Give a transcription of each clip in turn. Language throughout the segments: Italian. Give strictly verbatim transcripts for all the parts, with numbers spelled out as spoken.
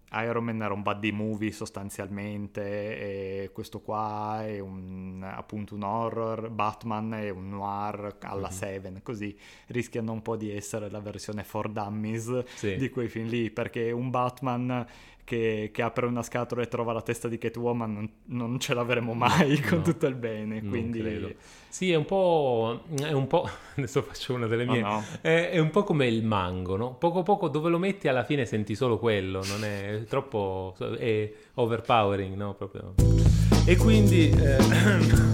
Iron Man era un buddy movie sostanzialmente, e questo qua è un, appunto un horror, Batman è un noir alla Mhm. Seven, così rischiano un po' di essere la versione for dummies Sì. di quei film lì, perché un Batman che, che apre una scatola e trova la testa di Catwoman non, non ce l'avremo mai No, con no, tutto il bene, non quindi... credo. Sì, è un po', è un po', adesso faccio una delle Oh mie, no. è, è un po' come il mango, no? Poco poco dove lo metti alla fine senti solo quello, non è troppo, è overpowering, no? Proprio. E quindi... eh,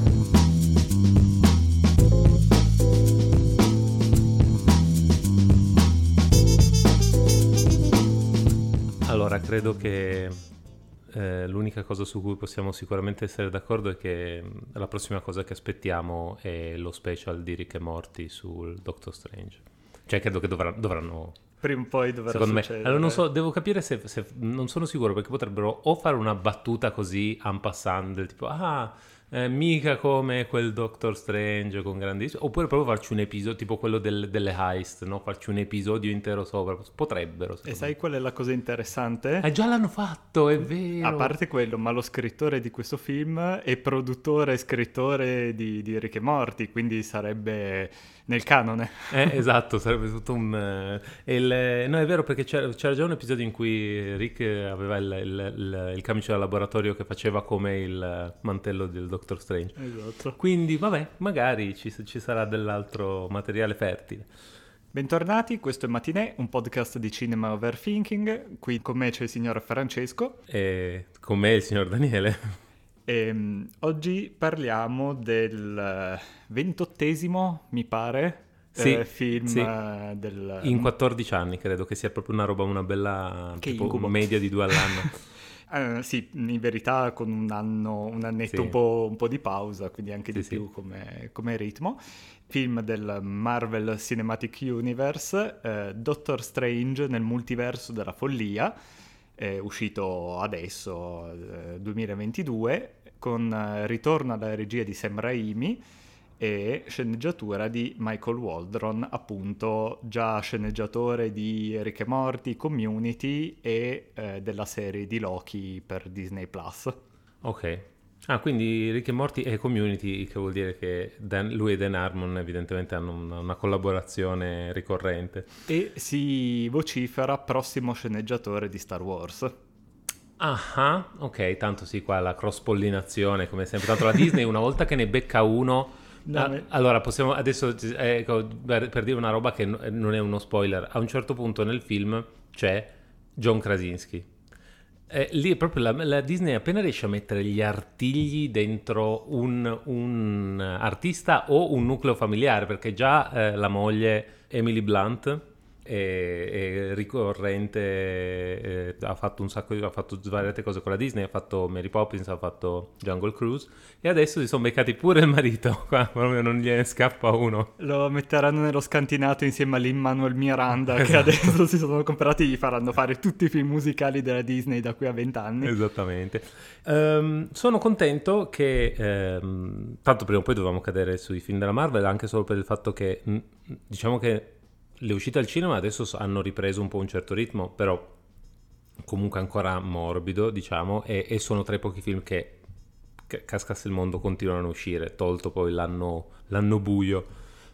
Allora, credo che eh, l'unica cosa su cui possiamo sicuramente essere d'accordo è che mh, la prossima cosa che aspettiamo è lo special di Rick e Morty sul Doctor Strange. Cioè, credo che dovra- dovranno... Prima o poi dovrà Secondo me, succedere. allora non so, devo capire se, se- non sono sicuro perché potrebbero o fare una battuta così en passant del tipo ah, eh, mica come quel Doctor Strange con grandissimo, oppure proprio farci un episodio tipo quello del- delle heist, no? Farci un episodio intero sopra, potrebbero E secondo sai me. qual è la cosa interessante? Eh, già l'hanno fatto, è A vero. parte quello, ma lo scrittore di questo film è produttore e scrittore di, di Rick e Morty, quindi sarebbe nel canone. Eh, esatto, sarebbe tutto un... eh, il- eh, no, è vero perché c'era, c'era già un episodio in cui Rick aveva il, il, il- il camice da laboratorio che faceva come il mantello del Doctor Strange. Esatto. Quindi, vabbè, magari ci, ci sarà dell'altro materiale fertile. Bentornati, questo è Matinè, un podcast di cinema overthinking. Qui con me c'è il signor Francesco. E con me il signor Daniele. E, um, oggi parliamo del eh, ventottesimo, mi pare, Sì, eh, film sì. eh, del... In quattordici anni credo che sia proprio una roba, una bella Che tipo incubo. media di due all'anno. Eh, sì, in verità con un anno, un annetto Sì. un po', un po' di pausa, quindi anche Sì, di sì. più come, come ritmo. Film del Marvel Cinematic Universe, eh, Doctor Strange nel multiverso della follia, è uscito adesso, eh, duemilaventidue, con eh, ritorno alla regia di Sam Raimi e sceneggiatura di Michael Waldron, appunto già sceneggiatore di Rick e Morty, Community e eh, della serie di Loki per Disney Plus. Ok. Ah, quindi Rick e Morty e Community, che vuol dire che Dan- lui e Dan Harmon evidentemente hanno una, una collaborazione ricorrente. E si vocifera prossimo sceneggiatore di Star Wars. Ah, ah, ok, tanto sì, qua la cross-pollinazione come sempre. Tanto la Disney una volta che ne becca uno... No, ah, ma- allora, possiamo adesso, eh, ecco, per, per dire una roba che no- non è uno spoiler, a un certo punto nel film c'è John Krasinski. Eh, lì è proprio la, la Disney appena riesce a mettere gli artigli dentro un, un artista o un nucleo familiare, perché già eh, la moglie Emily Blunt è, è ricorrente, eh, ha fatto un sacco di, ha fatto svariate cose con la Disney, ha fatto Mary Poppins, ha fatto Jungle Cruise e adesso si sono beccati pure il marito, qua proprio non gliene scappa uno. lo metteranno nello scantinato insieme a Lin-Manuel Miranda, che Esatto. adesso si sono comprati e gli faranno fare tutti i film musicali della Disney da qui a vent'anni. Esattamente. Ehm, sono contento che, ehm, tanto prima o poi dovevamo cadere sui film della Marvel, anche solo per il fatto che, mh, diciamo che le uscite al cinema adesso s- hanno ripreso un po' un certo ritmo, però comunque ancora morbido, diciamo, e, e sono tra i pochi film che, che cascasse il mondo continuano a uscire, tolto poi l'anno, l'anno buio.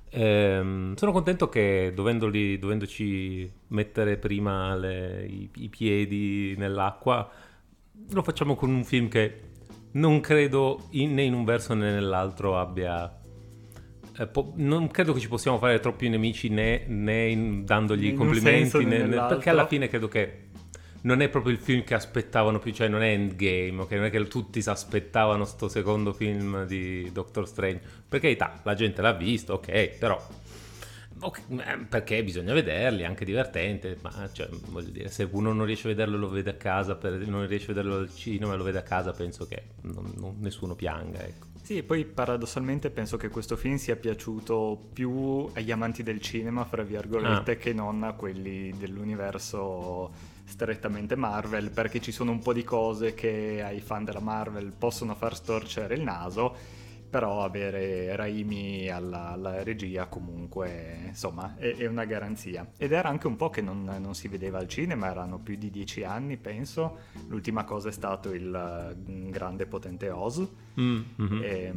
Ehm, sono contento che dovendoli, dovendoci mettere prima le- i, i piedi nell'acqua, lo facciamo con un film che non credo in- né in un verso né nell'altro abbia... eh, po- non credo che ci possiamo fare troppi nemici né, né in- dandogli Né in un complimenti, senso né né- né- nell'altro. perché alla fine credo che non è proprio il film che aspettavano più, cioè non è Endgame, ok? Non è che tutti si aspettavano sto secondo film di Doctor Strange. Per carità, la gente l'ha visto, ok, però ok, eh, perché bisogna vederli, è anche divertente, ma cioè, voglio dire, se uno non riesce a vederlo lo vede a casa, per- non riesce a vederlo al cinema e lo vede a casa, penso che non- non- nessuno pianga, ecco. Sì, e poi paradossalmente penso che questo film sia piaciuto più agli amanti del cinema, fra virgolette, Ah. che non a quelli dell'universo strettamente Marvel, perché ci sono un po' di cose che ai fan della Marvel possono far storcere il naso, però avere Raimi alla, alla regia comunque insomma è, è una garanzia, ed era anche un po' che non, non si vedeva al cinema, erano più di dieci anni penso. L'ultima cosa è stato il uh, grande potente Oz. Mm, mm-hmm. e,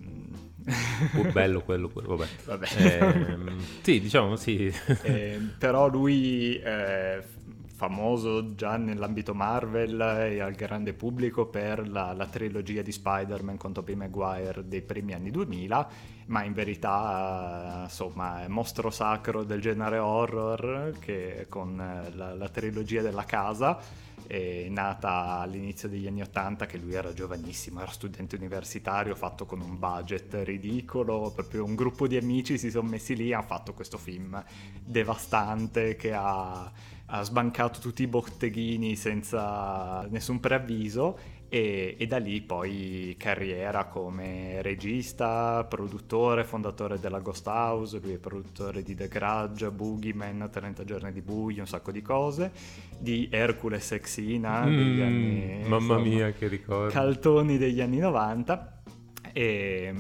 uh, bello quello, quello vabbè, vabbè. Eh, sì, diciamo sì. eh, però lui eh, famoso già nell'ambito Marvel e al grande pubblico per la, la trilogia di Spider-Man con Tobey Maguire dei primi anni duemila, ma in verità insomma è mostro sacro del genere horror, che con la, la trilogia della casa è nata all'inizio degli anni ottanta, che lui era giovanissimo, era studente universitario, fatto con un budget ridicolo, proprio un gruppo di amici si sono messi lì e hanno fatto questo film devastante che ha, ha sbancato tutti i botteghini senza nessun preavviso. E, e da lì poi carriera come regista, produttore, fondatore della Ghost House, lui è produttore di The Grudge, Boogeyman, trenta giorni di buio, un sacco di cose, di Hercules e Xena mm, degli anni, mamma insomma, mia che ricordo, caltoni degli anni novanta, e,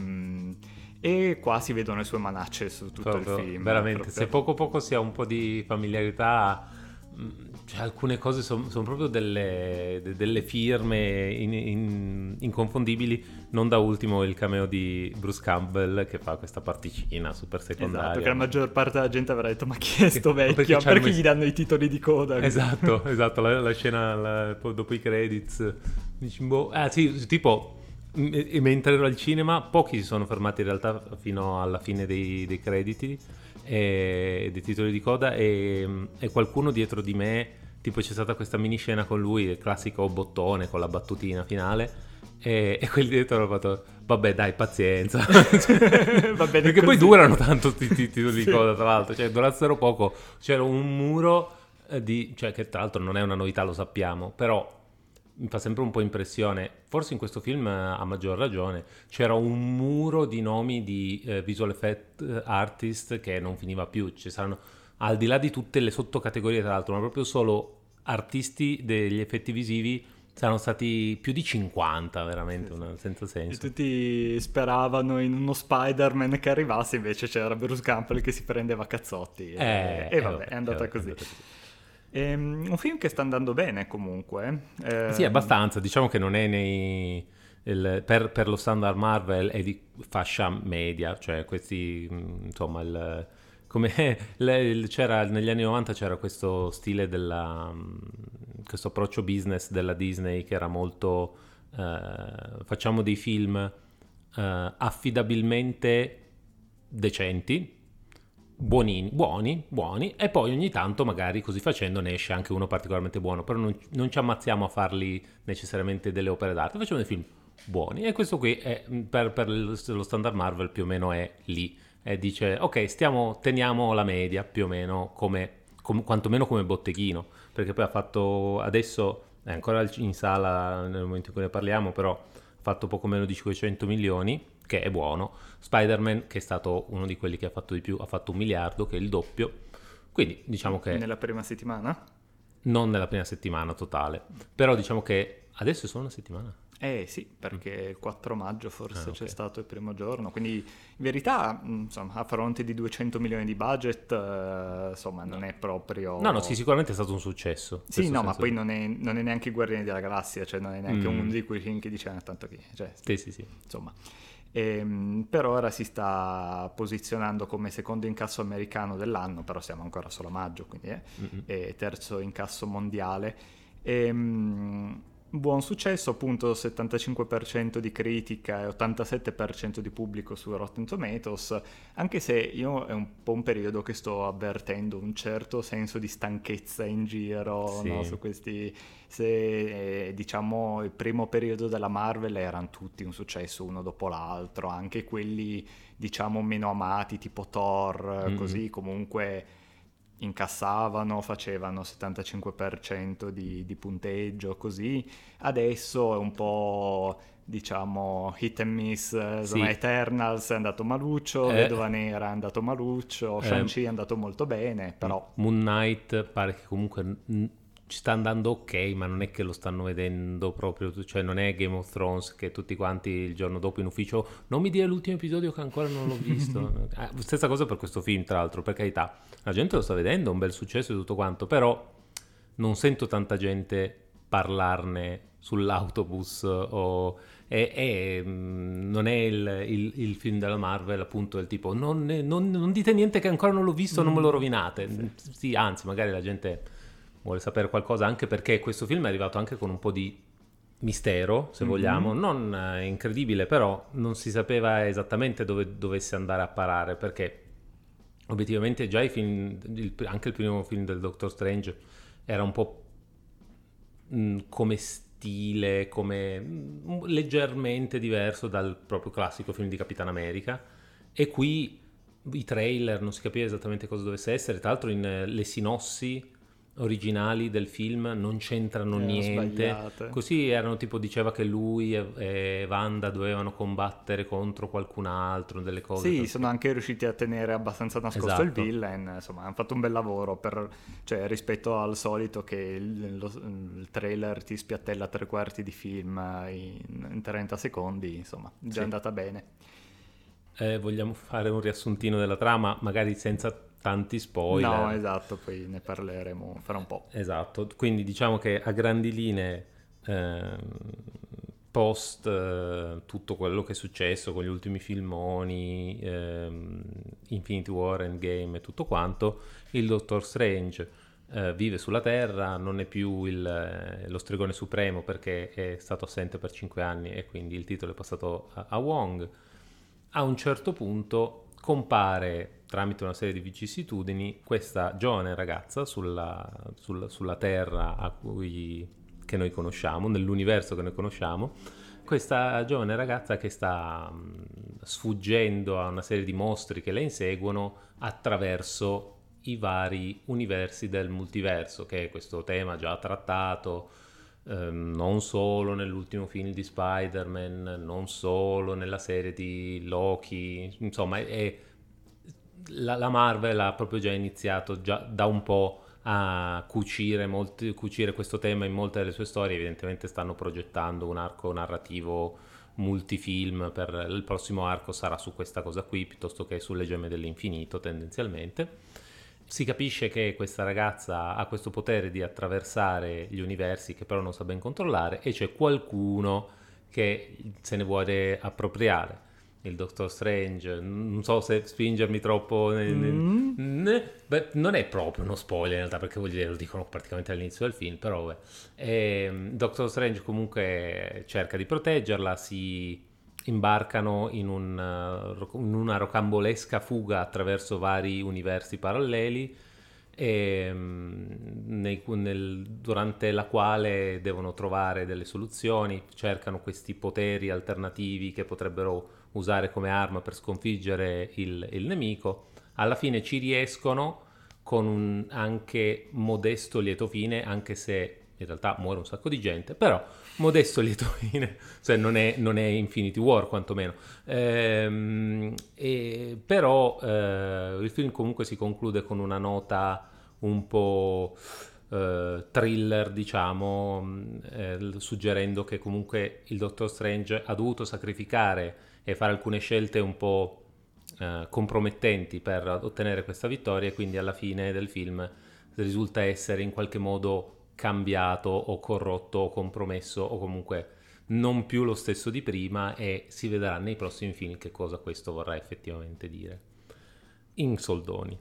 e qua si vedono le sue manacce su tutto proprio, il film veramente, proprio. Se poco poco si ha un po' di familiarità, cioè, alcune cose sono son proprio delle, de, delle firme in, in, inconfondibili, non da ultimo il cameo di Bruce Campbell che fa questa particina super secondaria. Esatto, che la maggior parte della gente avrà detto ma chi è sto vecchio, perché, perché messo... gli danno i titoli di coda. Esatto, esatto, la, la scena la, dopo i credits dici, boh, ah sì, tipo m- mentre ero al cinema pochi si sono fermati in realtà fino alla fine dei, dei crediti e dei titoli di coda, e, e qualcuno dietro di me, tipo c'è stata questa mini scena con lui, il classico bottone con la battutina finale, e, e quelli dietro hanno fatto vabbè dai pazienza Va bene perché così. Poi durano tanto i titoli di coda, tra l'altro, cioè durassero poco, c'era un muro di, cioè che tra l'altro non è una novità, lo sappiamo, però mi fa sempre un po' impressione, forse in questo film a maggior ragione, c'era un muro di nomi di eh, visual effect artist che non finiva più, ci saranno, al di là di tutte le sottocategorie tra l'altro, ma proprio solo artisti degli effetti visivi saranno stati più di cinquanta, veramente, sì, una, senza senso. E tutti speravano in uno Spider-Man che arrivasse, invece c'era Bruce Campbell che si prendeva cazzotti, eh, e, e vabbè, eh, è andata eh, così. È andata così. È un film che sta andando bene comunque. Eh, sì, abbastanza, diciamo che non è nei... Il, per, per lo standard Marvel è di fascia media, cioè questi, insomma, il, come il, c'era negli anni novanta c'era questo stile della, questo approccio business della Disney che era molto, eh, facciamo dei film eh, affidabilmente decenti, buonini, buoni, buoni, e poi ogni tanto magari così facendo ne esce anche uno particolarmente buono, però non, non ci ammazziamo a farli necessariamente delle opere d'arte, facciamo dei film buoni, e questo qui è, per, per lo standard Marvel più o meno è lì, e dice ok, stiamo, teniamo la media più o meno come, com, quantomeno come botteghino, perché poi ha fatto, adesso è ancora in sala nel momento in cui ne parliamo, però ha fatto poco meno di cinquecento milioni, che è buono. Spider-Man, che è stato uno di quelli che ha fatto di più, ha fatto un miliardo, che è il doppio, quindi diciamo che... Nella prima settimana? Non nella prima settimana totale, però diciamo che adesso è solo una settimana. Eh sì, perché il quattro maggio forse ah, okay. c'è stato il primo giorno, quindi in verità insomma, a fronte di duecento milioni di budget eh, insomma non è proprio... No, no, sì, sicuramente è stato un successo. Sì, no, ma poi non è, non è neanche Guardiani della Galassia, cioè non è neanche mm. uno di quei film che dice ah, tanto che... Cioè, sì, sì, sì. Insomma... E, per ora si sta posizionando come secondo incasso americano dell'anno, però siamo ancora solo a maggio, quindi è, è terzo incasso mondiale. E, um, buon successo, appunto settantacinque per cento di critica e ottantasette per cento di pubblico su Rotten Tomatoes, anche se io è un po' un periodo che sto avvertendo un certo senso di stanchezza in giro, sì. no? Su questi, se eh, diciamo il primo periodo della Marvel erano tutti un successo uno dopo l'altro, anche quelli diciamo meno amati tipo Thor, mm-hmm. così comunque incassavano, facevano settantacinque per cento di, di punteggio, così. Adesso è un po' diciamo hit and miss, sì. Eternals è andato maluccio, eh. Vedova Nera è andato maluccio, eh. Shang-Chi è andato molto bene, però Moon Knight pare che comunque ci sta andando ok, ma non è che lo stanno vedendo proprio, cioè non è Game of Thrones che tutti quanti il giorno dopo in ufficio non mi dia l'ultimo episodio che ancora non l'ho visto. Eh, stessa cosa per questo film, tra l'altro, per carità, la gente lo sta vedendo, un bel successo e tutto quanto, però non sento tanta gente parlarne sull'autobus o e, e, mh, non è il, il- il film della Marvel appunto del tipo non, ne- non- non dite niente che ancora non l'ho visto, non me lo Mm, rovinate. sì. Sì, anzi, magari la gente vuole sapere qualcosa, anche perché questo film è arrivato anche con un po' di mistero, se vogliamo, Mhm. non eh, incredibile, però non si sapeva esattamente dove dovesse andare a parare, perché obiettivamente già i film, il- anche il primo film del Doctor Strange era un po' mh, come stile, come mh, leggermente diverso dal proprio classico film di Capitan America, e qui i trailer non si capiva esattamente cosa dovesse essere, tra l'altro in eh, le sinossi originali del film non c'entrano Erano niente, sbagliate. così erano tipo diceva che lui e, e Wanda dovevano combattere contro qualcun altro, delle cose Sì, per... sono anche riusciti a tenere abbastanza nascosto il Esatto. villain, insomma, hanno fatto un bel lavoro per, cioè, rispetto al solito che il, lo- il trailer ti spiattella tre quarti di film in, in trenta secondi, insomma, già è Sì. andata bene. Eh, vogliamo fare un riassuntino della trama, magari senza tanti No, spoiler. esatto, poi ne parleremo fra un po'. Esatto, quindi diciamo che a grandi linee, ehm, post eh, tutto quello che è successo con gli ultimi filmoni, ehm, Infinity War, Endgame e tutto quanto, il Doctor Strange eh, vive sulla Terra, non è più il, eh, lo stregone supremo perché è stato assente per cinque anni e quindi il titolo è passato a, a Wong. A un certo punto compare, tramite una serie di vicissitudini, questa giovane ragazza sulla, sul- sulla Terra a cui, che noi conosciamo, nell'universo che noi conosciamo, questa giovane ragazza che sta mh, sfuggendo a una serie di mostri che la inseguono attraverso i vari universi del multiverso, che è questo tema già trattato ehm, non solo nell'ultimo film di Spider-Man, non solo nella serie di Loki, insomma, è- la, la Marvel ha proprio già iniziato già da un po' a cucire, molti- cucire questo tema in molte delle sue storie, evidentemente stanno progettando un arco narrativo multifilm per il prossimo arco sarà su questa cosa qui piuttosto che sulle gemme dell'infinito tendenzialmente. Si capisce che questa ragazza ha questo potere di attraversare gli universi che però non sa ben controllare e c'è qualcuno che se ne vuole appropriare. Il Doctor Strange, non so se spingermi troppo nel- nel- Mm? ne- beh, non è proprio uno spoiler in realtà perché vuol dire, lo dicono praticamente all'inizio del film, però vabbè. Ehm, Doctor Strange comunque cerca di proteggerla, si imbarcano in, un, eh, in una rocambolesca fuga attraverso vari universi paralleli e, mm, nei- nel- durante la quale devono trovare delle soluzioni, cercano questi poteri alternativi che potrebbero usare come arma per sconfiggere il, il nemico. Alla fine ci riescono con un anche modesto lieto fine, anche se in realtà muore un sacco di gente, però modesto lieto fine, cioè non è, non è Infinity War quantomeno. Ehm, e- però eh, il film comunque si conclude con una nota un po' eh, thriller, diciamo, mh, eh, suggerendo che comunque il Doctor Strange ha dovuto sacrificare e fare alcune scelte un po' eh, compromettenti per ottenere questa vittoria e quindi alla fine del film risulta essere in qualche modo cambiato o corrotto o compromesso o comunque non più lo stesso di prima e si vedrà nei prossimi film che cosa questo vorrà effettivamente dire. In soldoni.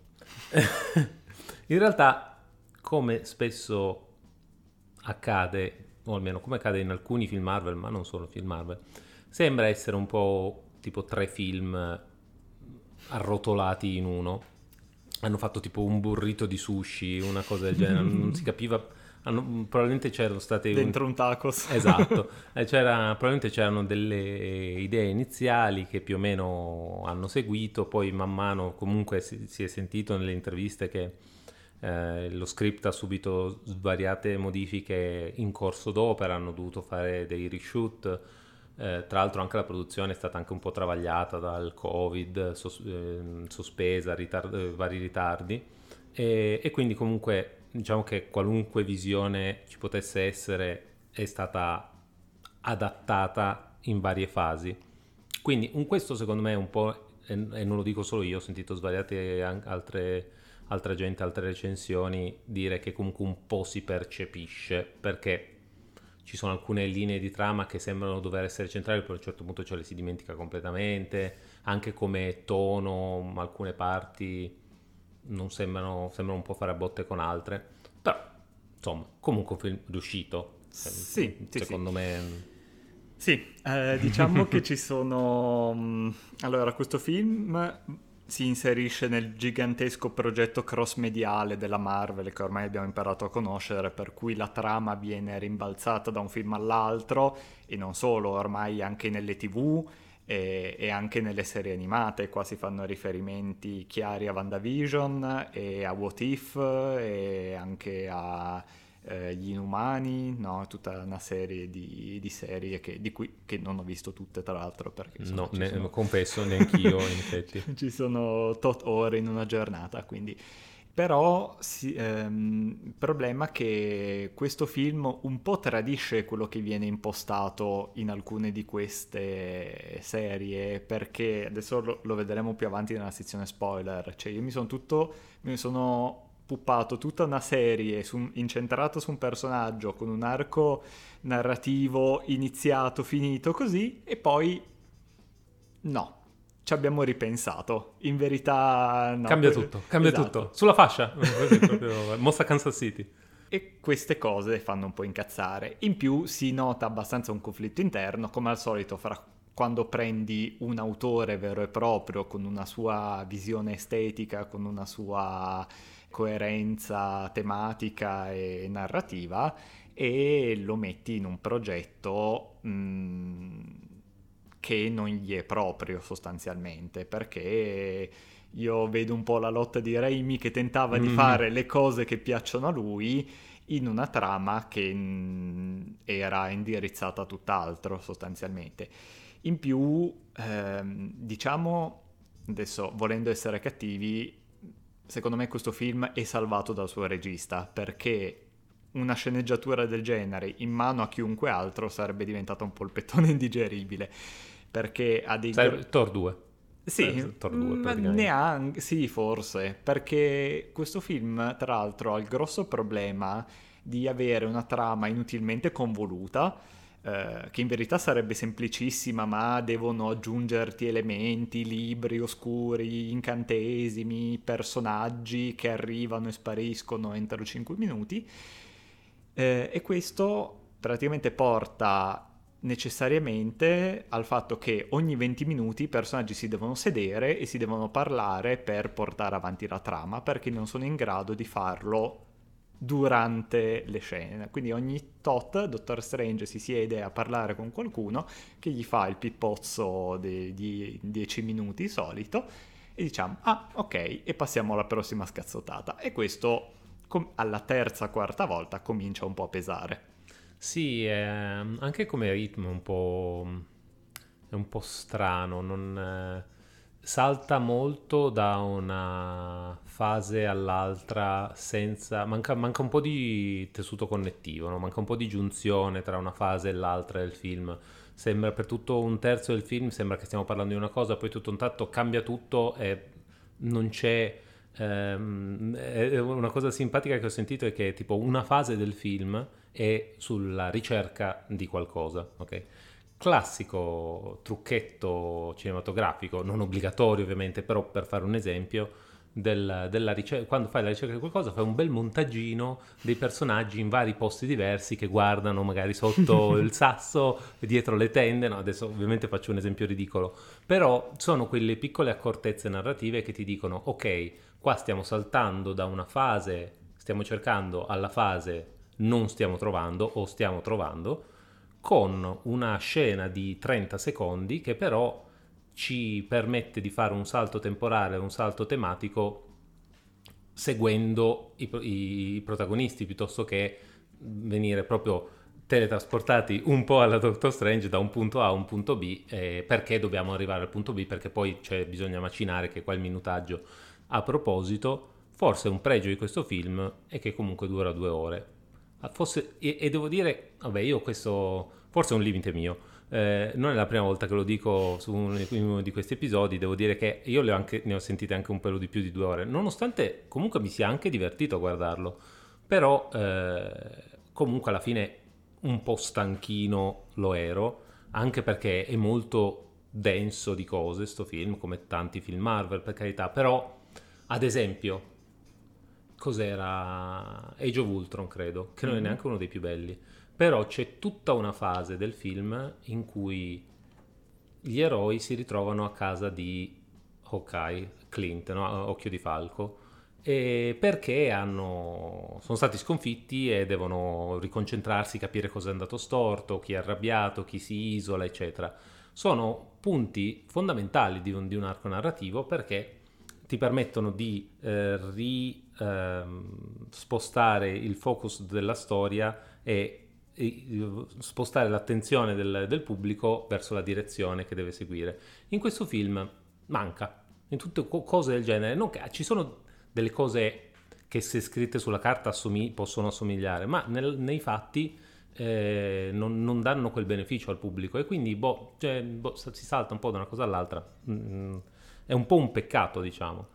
In realtà, come spesso accade, o almeno come accade in alcuni film Marvel, ma non solo film Marvel, sembra essere un po' tipo tre film arrotolati in uno. Hanno fatto tipo un burrito di sushi, una cosa del genere, non si capiva. Hanno- probabilmente c'erano state un- Dentro un tacos. esatto, eh, c'era, probabilmente c'erano delle idee iniziali che più o meno hanno seguito, poi man mano comunque si, si è sentito nelle interviste che eh, lo script ha subito svariate modifiche in corso d'opera, hanno dovuto fare dei reshoot, eh, tra l'altro anche la produzione è stata anche un po' travagliata dal Covid, sos- ehm, sospesa, ritar- eh, vari ritardi e, e quindi comunque diciamo che qualunque visione ci potesse essere è stata adattata in varie fasi. Quindi un, questo secondo me è un po', e, e non lo dico solo io, ho sentito svariate an- altre, altra gente, altre recensioni dire che comunque un po' si percepisce, perché ci sono alcune linee di trama che sembrano dover essere centrali, poi a un certo punto ce le si dimentica completamente, anche come tono, alcune parti non sembrano, sembrano un po' fare a botte con altre, però insomma comunque un film riuscito, Sì, sì, secondo sì. me. Sì, eh, diciamo che ci sono... mh, Allora, questo film si inserisce nel gigantesco progetto cross-mediale della Marvel che ormai abbiamo imparato a conoscere, per cui la trama viene rimbalzata da un film all'altro e non solo, ormai anche nelle tivù e, e anche nelle serie animate. Qua si fanno riferimenti chiari a WandaVision e a What If e anche a eh, Gli Inumani, no? Tutta una serie di, di serie che, di cui che non ho visto tutte, tra l'altro, perché insomma No, ci ne, sono, confesso, neanch'io in effetti. ci sono tot ore in una giornata, quindi... Però sì, ehm, il problema è che questo film un po' tradisce quello che viene impostato in alcune di queste serie, perché adesso lo, lo vedremo più avanti nella sezione spoiler, cioè io mi sono tutto, mi sono puppato tutta una serie su, incentrata su un personaggio con un arco narrativo iniziato, finito così, e poi no, ci abbiamo ripensato. In verità no. Cambia que- tutto, cambia esatto. tutto. Sulla fascia, così proprio, mossa Kansas City. E queste cose fanno un po' incazzare. In più si nota abbastanza un conflitto interno, come al solito, fra quando prendi un autore vero e proprio, con una sua visione estetica, con una sua coerenza tematica e narrativa, e lo metti in un progetto mh, che non gli è proprio sostanzialmente, perché io vedo un po' la lotta di Raimi che tentava di Mm. fare le cose che piacciono a lui in una trama che mh, era indirizzata a tutt'altro sostanzialmente. In più, ehm, diciamo, adesso volendo essere cattivi, secondo me questo film è salvato dal suo regista, perché una sceneggiatura del genere in mano a chiunque altro sarebbe diventata un polpettone indigeribile, perché ha dei... gr- Sai, Thor due. sì, Thor due ma praticamente. neanche, sì, forse, perché questo film, tra l'altro, ha il grosso problema di avere una trama inutilmente convoluta, eh, che in verità sarebbe semplicissima, ma devono aggiungerti elementi, libri oscuri, incantesimi, personaggi che arrivano e spariscono entro cinque minuti. Eh, e questo praticamente porta necessariamente al fatto che ogni venti minuti i personaggi si devono sedere e si devono parlare per portare avanti la trama, perché non sono in grado di farlo durante le scene. Quindi ogni tot Dottor Strange si siede a parlare con qualcuno che gli fa il pippozzo de- di dieci minuti solito e diciamo ah ok, e passiamo alla prossima scazzottata, e questo com- alla terza quarta volta comincia un po' a pesare. Sì, ehm, anche come ritmo è un po', è un po' strano, non, eh, salta molto da una fase all'altra senza, manca, manca un po' di tessuto connettivo, no? Manca un po' di giunzione tra una fase e l'altra del film. Sembra per tutto un terzo del film, sembra che stiamo parlando di una cosa, poi tutto un tratto cambia tutto e non c'è... ehm, è una cosa simpatica che ho sentito è che tipo una fase del film è sulla ricerca di qualcosa, ok? Classico trucchetto cinematografico, non obbligatorio ovviamente, però per fare un esempio, del- della ricerca, quando fai la ricerca di qualcosa fai un bel montaggino dei personaggi in vari posti diversi che guardano magari sotto il sasso, dietro le tende, no, adesso ovviamente faccio un esempio ridicolo, però sono quelle piccole accortezze narrative che ti dicono ok, qua stiamo saltando da una fase, stiamo cercando alla fase non stiamo trovando o stiamo trovando, con una scena di trenta secondi che però ci permette di fare un salto temporale, un salto tematico seguendo i, i protagonisti piuttosto che venire proprio teletrasportati un po' alla Doctor Strange da un punto A a un punto B, eh, perché dobbiamo arrivare al punto B, perché poi c'è bisogna macinare che qua il minutaggio. A proposito, Forse un pregio di questo film è che comunque dura due ore. Ah, Fosse, e, e devo dire, vabbè, io questo forse è un limite mio. Eh, non è la prima volta che lo dico su uno di, in uno di questi episodi. Devo dire che io le ho anche, ne ho sentite anche un pelo di più di due ore, nonostante comunque mi sia anche divertito a guardarlo. Però eh, comunque alla fine un po' stanchino lo ero, anche perché è molto denso di cose sto film, come tanti film Marvel, per carità. Però, ad esempio, cos'era? Age of Ultron, credo, che non è Mhm. neanche uno dei più belli. Però c'è tutta una fase del film in cui gli eroi si ritrovano a casa di Hawkeye, Clint, no? Occhio di Falco, e perché hanno, sono stati sconfitti e devono riconcentrarsi, capire cosa è andato storto, chi è arrabbiato, chi si isola, eccetera. Sono punti fondamentali di un, di un arco narrativo, perché ti permettono di eh, ri, ehm, spostare il focus della storia e e spostare l'attenzione del, del pubblico verso la direzione che deve seguire. In questo film manca, in tutte co- cose del genere. Non che, ci sono delle cose che se scritte sulla carta assomi- possono assomigliare, ma nel- nei fatti eh, non, non danno quel beneficio al pubblico, e quindi boh, cioè, boh, si salta un po' da una cosa all'altra. Mm, è un po' un peccato, diciamo.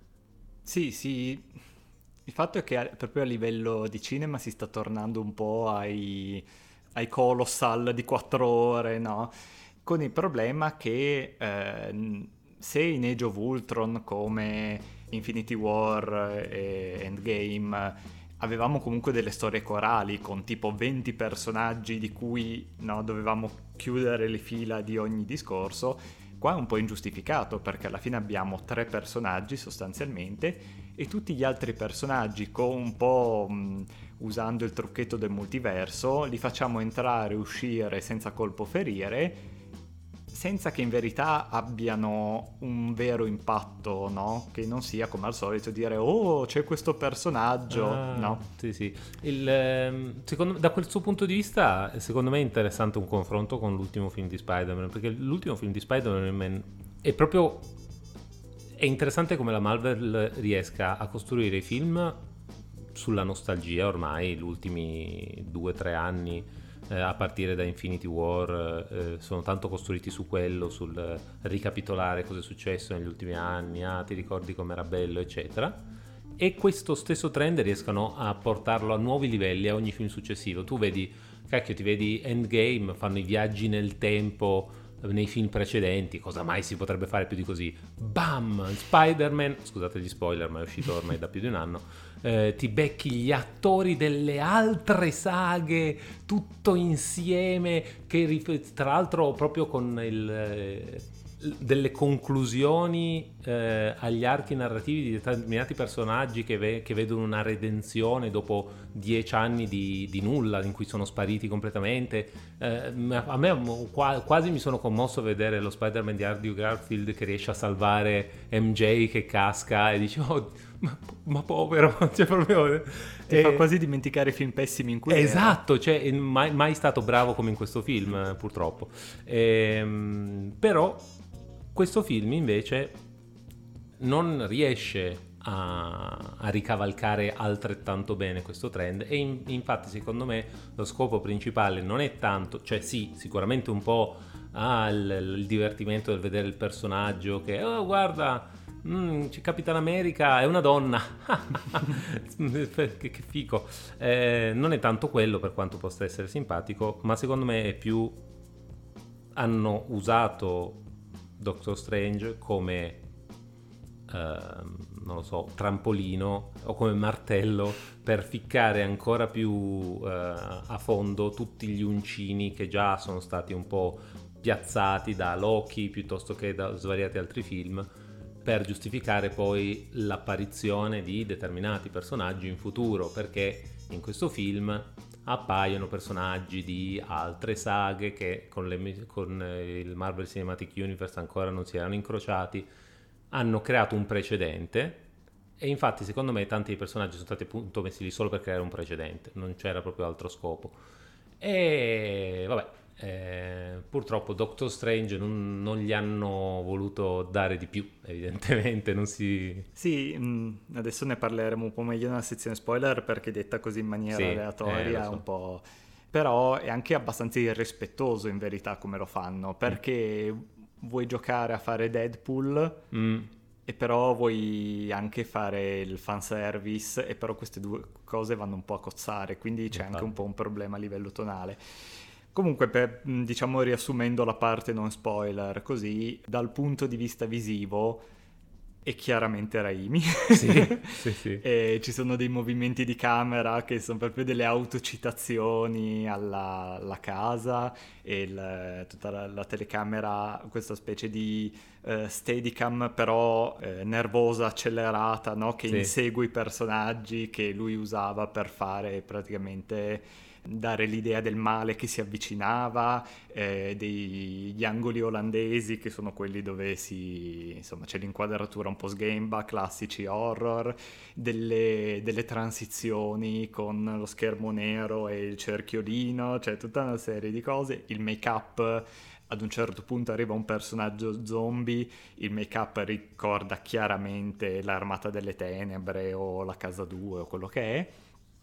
Sì, sì, il fatto è che a- proprio a livello di cinema si sta tornando un po' ai, ai colossal di quattro ore, no? Con il problema che eh, se in Age of Ultron come Infinity War e Endgame avevamo comunque delle storie corali con tipo venti personaggi di cui no, dovevamo chiudere le fila di ogni discorso, qua è un po' ingiustificato perché alla fine abbiamo tre personaggi sostanzialmente e tutti gli altri personaggi con un po' mh, usando il trucchetto del multiverso li facciamo entrare e uscire senza colpo ferire, senza che in verità abbiano un vero impatto, no? Che non sia come al solito dire oh c'è questo personaggio, Ah, no? sì, sì. Il, ehm, secondo- da questo punto di vista, secondo me è interessante un confronto con l'ultimo film di Spider-Man, perché l'ultimo film di Spider-Man è proprio... È interessante come la Marvel riesca a costruire i film sulla nostalgia ormai, gli ultimi due o tre anni, eh, a partire da Infinity War, eh, sono tanto costruiti su quello, sul ricapitolare cosa è successo negli ultimi anni, ah, ti ricordi com'era bello, eccetera. E questo stesso trend riescono a portarlo a nuovi livelli a ogni film successivo. Tu vedi, cacchio, ti vedi Endgame, fanno i viaggi nel tempo nei film precedenti, cosa mai si potrebbe fare più di così? Bam! Spider-Man, scusate gli spoiler, ma è uscito ormai da più di un anno. Eh, ti becchi gli attori delle altre saghe tutto insieme, che rif- tra l'altro proprio con il, eh, delle conclusioni eh, agli archi narrativi di determinati personaggi che, ve- che vedono una redenzione dopo dieci anni di, di nulla in cui sono spariti completamente. Eh, ma a me mo- qua- quasi mi sono commosso a vedere lo Spider-Man di Andrew Garfield che riesce a salvare M J che casca e dici oh, ma, ma povero, cioè proprio... Ti fa E- quasi dimenticare i film pessimi in cui era. Esatto, cioè mai, mai stato bravo come in questo film, eh, purtroppo. Ehm, però questo film invece non riesce a, a ricavalcare altrettanto bene questo trend, e in- infatti secondo me lo scopo principale non è tanto, cioè sì, sicuramente un po' ah, il, il divertimento del vedere il personaggio che oh guarda, mm, c'è Capitan America è una donna, che, che fico. Eh, non è tanto quello, per quanto possa essere simpatico, ma secondo me è più hanno usato Doctor Strange come ehm, non lo so, trampolino o come martello per ficcare ancora più eh, a fondo tutti gli uncini che già sono stati un po' piazzati da Loki piuttosto che da svariati altri film, per giustificare poi l'apparizione di determinati personaggi in futuro, perché in questo film appaiono personaggi di altre saghe che con, le- con il Marvel Cinematic Universe ancora non si erano incrociati, hanno creato un precedente, e infatti secondo me tanti personaggi sono stati appunto messi lì solo per creare un precedente, non c'era proprio altro scopo. E vabbè, eh, purtroppo purtroppo Doctor Strange non, non gli hanno voluto dare di più, evidentemente, non si... Sì, mh, adesso ne parleremo un po' meglio nella sezione spoiler perché detta così in maniera Sì, aleatoria eh, lo è so. un po'... però è anche abbastanza irrispettoso in verità come lo fanno, Mm. perché vuoi giocare a fare Deadpool Mm. e però vuoi anche fare il fanservice e però queste due cose vanno un po' a cozzare, quindi c'è anche un Infatti. po' un problema a livello tonale. Comunque, per, mh, diciamo riassumendo la parte non spoiler, così dal punto di vista visivo è chiaramente Raimi. Sì, sì, sì. E ci sono dei movimenti di camera che sono proprio delle autocitazioni alla, alla casa e il- tutta la, la telecamera, questa specie di eh, Steadicam però eh, nervosa, accelerata, no? Che Sì. insegue i personaggi che lui usava per fare praticamente dare l'idea del male che si avvicinava, eh, degli angoli olandesi che sono quelli dove si, insomma, c'è l'inquadratura un po' sghemba, classici horror, delle, delle transizioni con lo schermo nero e il cerchiolino, cioè tutta una serie di cose, il make-up. Ad un certo punto arriva un personaggio zombie, il make-up ricorda chiaramente l'Armata delle Tenebre o la Casa due o quello che è,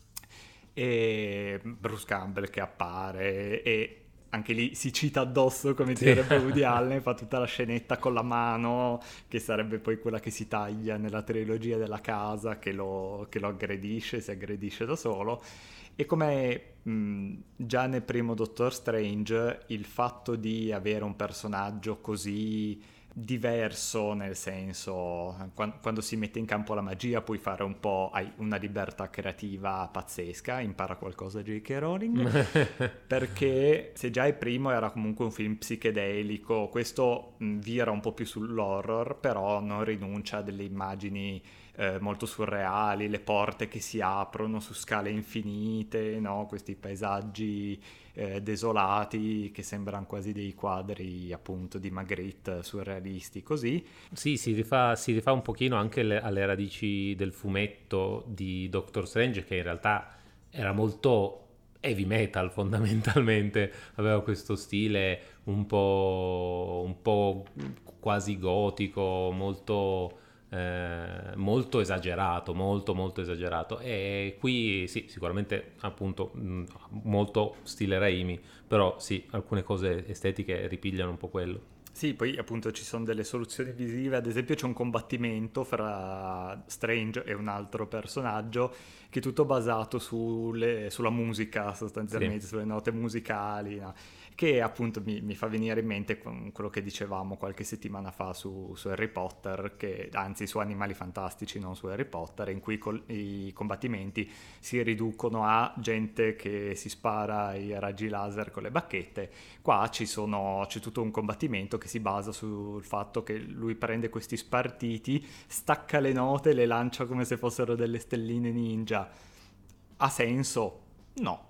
e Bruce Campbell che appare e anche lì si cita addosso come Sì. direbbe Woody Allen, fa tutta la scenetta con la mano che sarebbe poi quella che si taglia nella trilogia della casa che lo, che lo aggredisce, si aggredisce da solo. E come mh, già nel primo Doctor Strange il fatto di avere un personaggio così diverso, nel senso quan- quando si mette in campo la magia puoi fare un po', hai una libertà creativa pazzesca, impara qualcosa J K. Rowling, perché se già il primo era comunque un film psichedelico, questo mh, vira un po' più sull'horror, però non rinuncia a delle immagini eh, molto surreali, le porte che si aprono su scale infinite, no? Questi paesaggi eh, desolati che sembrano quasi dei quadri appunto di Magritte surrealisti così. Sì, si rifà, si rifà un pochino anche le- alle radici del fumetto di Doctor Strange, che in realtà era molto heavy metal fondamentalmente, aveva questo stile un po', un po' quasi gotico, molto, eh, molto esagerato, molto molto esagerato. E qui sì, sicuramente appunto mh, molto stile Raimi, però sì, alcune cose estetiche ripigliano un po' quello. Sì, poi appunto ci sono delle soluzioni visive, ad esempio c'è un combattimento fra Strange e un altro personaggio che è tutto basato sulle- sulla musica Sì. sostanzialmente, sulle note musicali, no? Che appunto mi, mi fa venire in mente con quello che dicevamo qualche settimana fa su, su Harry Potter, che, anzi su Animali Fantastici, non su Harry Potter, in cui i col- i combattimenti si riducono a gente che si spara i raggi laser con le bacchette. Qua ci sono, c'è tutto un combattimento che si basa sul fatto che lui prende questi spartiti, stacca le note e le lancia come se fossero delle stelline ninja. Ha senso? No.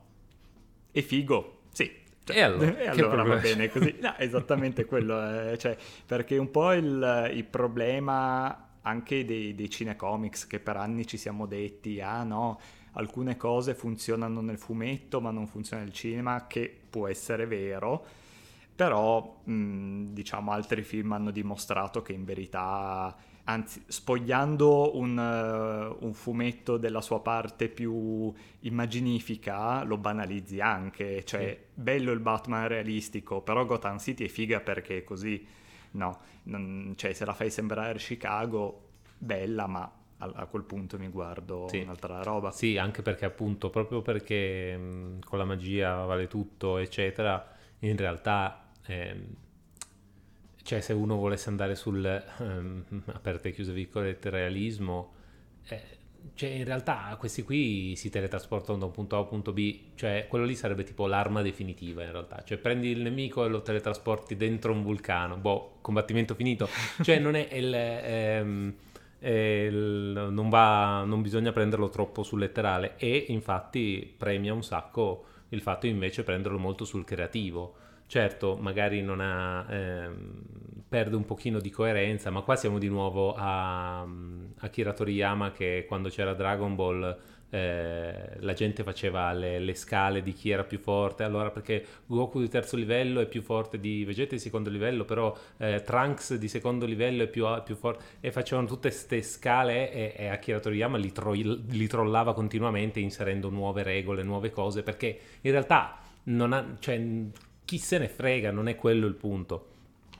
È figo? Sì. Cioè, E allora, e che allora va problema bene c'è? così. No, esattamente quello. È, cioè, perché un po' il, il problema anche dei, dei cinecomics che per anni ci siamo detti, ah no, alcune cose funzionano nel fumetto ma non funzionano nel cinema, che può essere vero, però mh, diciamo altri film hanno dimostrato che in verità, anzi spogliando un, eh, un fumetto della sua parte più immaginifica, lo banalizzi anche, Sì. cioè bello il Batman realistico, però Gotham City è figa perché è così, no, non- cioè se la fai sembrare Chicago, bella, ma a, a quel punto mi guardo Sì. un'altra roba. Sì, anche perché appunto, proprio perché mh, con la magia vale tutto, eccetera, in realtà, ehm, cioè se uno volesse andare sul, ehm, aperte e chiuse virgolette, realismo, eh, cioè in realtà questi qui si teletrasportano da un punto A a un punto B, cioè quello lì sarebbe tipo l'arma definitiva in realtà, cioè prendi il nemico e lo teletrasporti dentro un vulcano, boh, combattimento finito, cioè non è il... ehm, e il- non va, non bisogna prenderlo troppo sul letterale e infatti premia un sacco il fatto di invece prenderlo molto sul creativo. Certo, magari non ha, ehm, perde un pochino di coerenza, ma qua siamo di nuovo a, a Akira Toriyama che quando c'era Dragon Ball eh, la gente faceva le, le scale di chi era più forte, allora perché Goku di terzo livello è più forte di Vegeta di secondo livello, però eh, Trunks di secondo livello è più, più forte, e facevano tutte queste scale, e, e Akira Toriyama li, tro- li trollava continuamente inserendo nuove regole, nuove cose, perché in realtà non ha, cioè, chi se ne frega, non è quello il punto.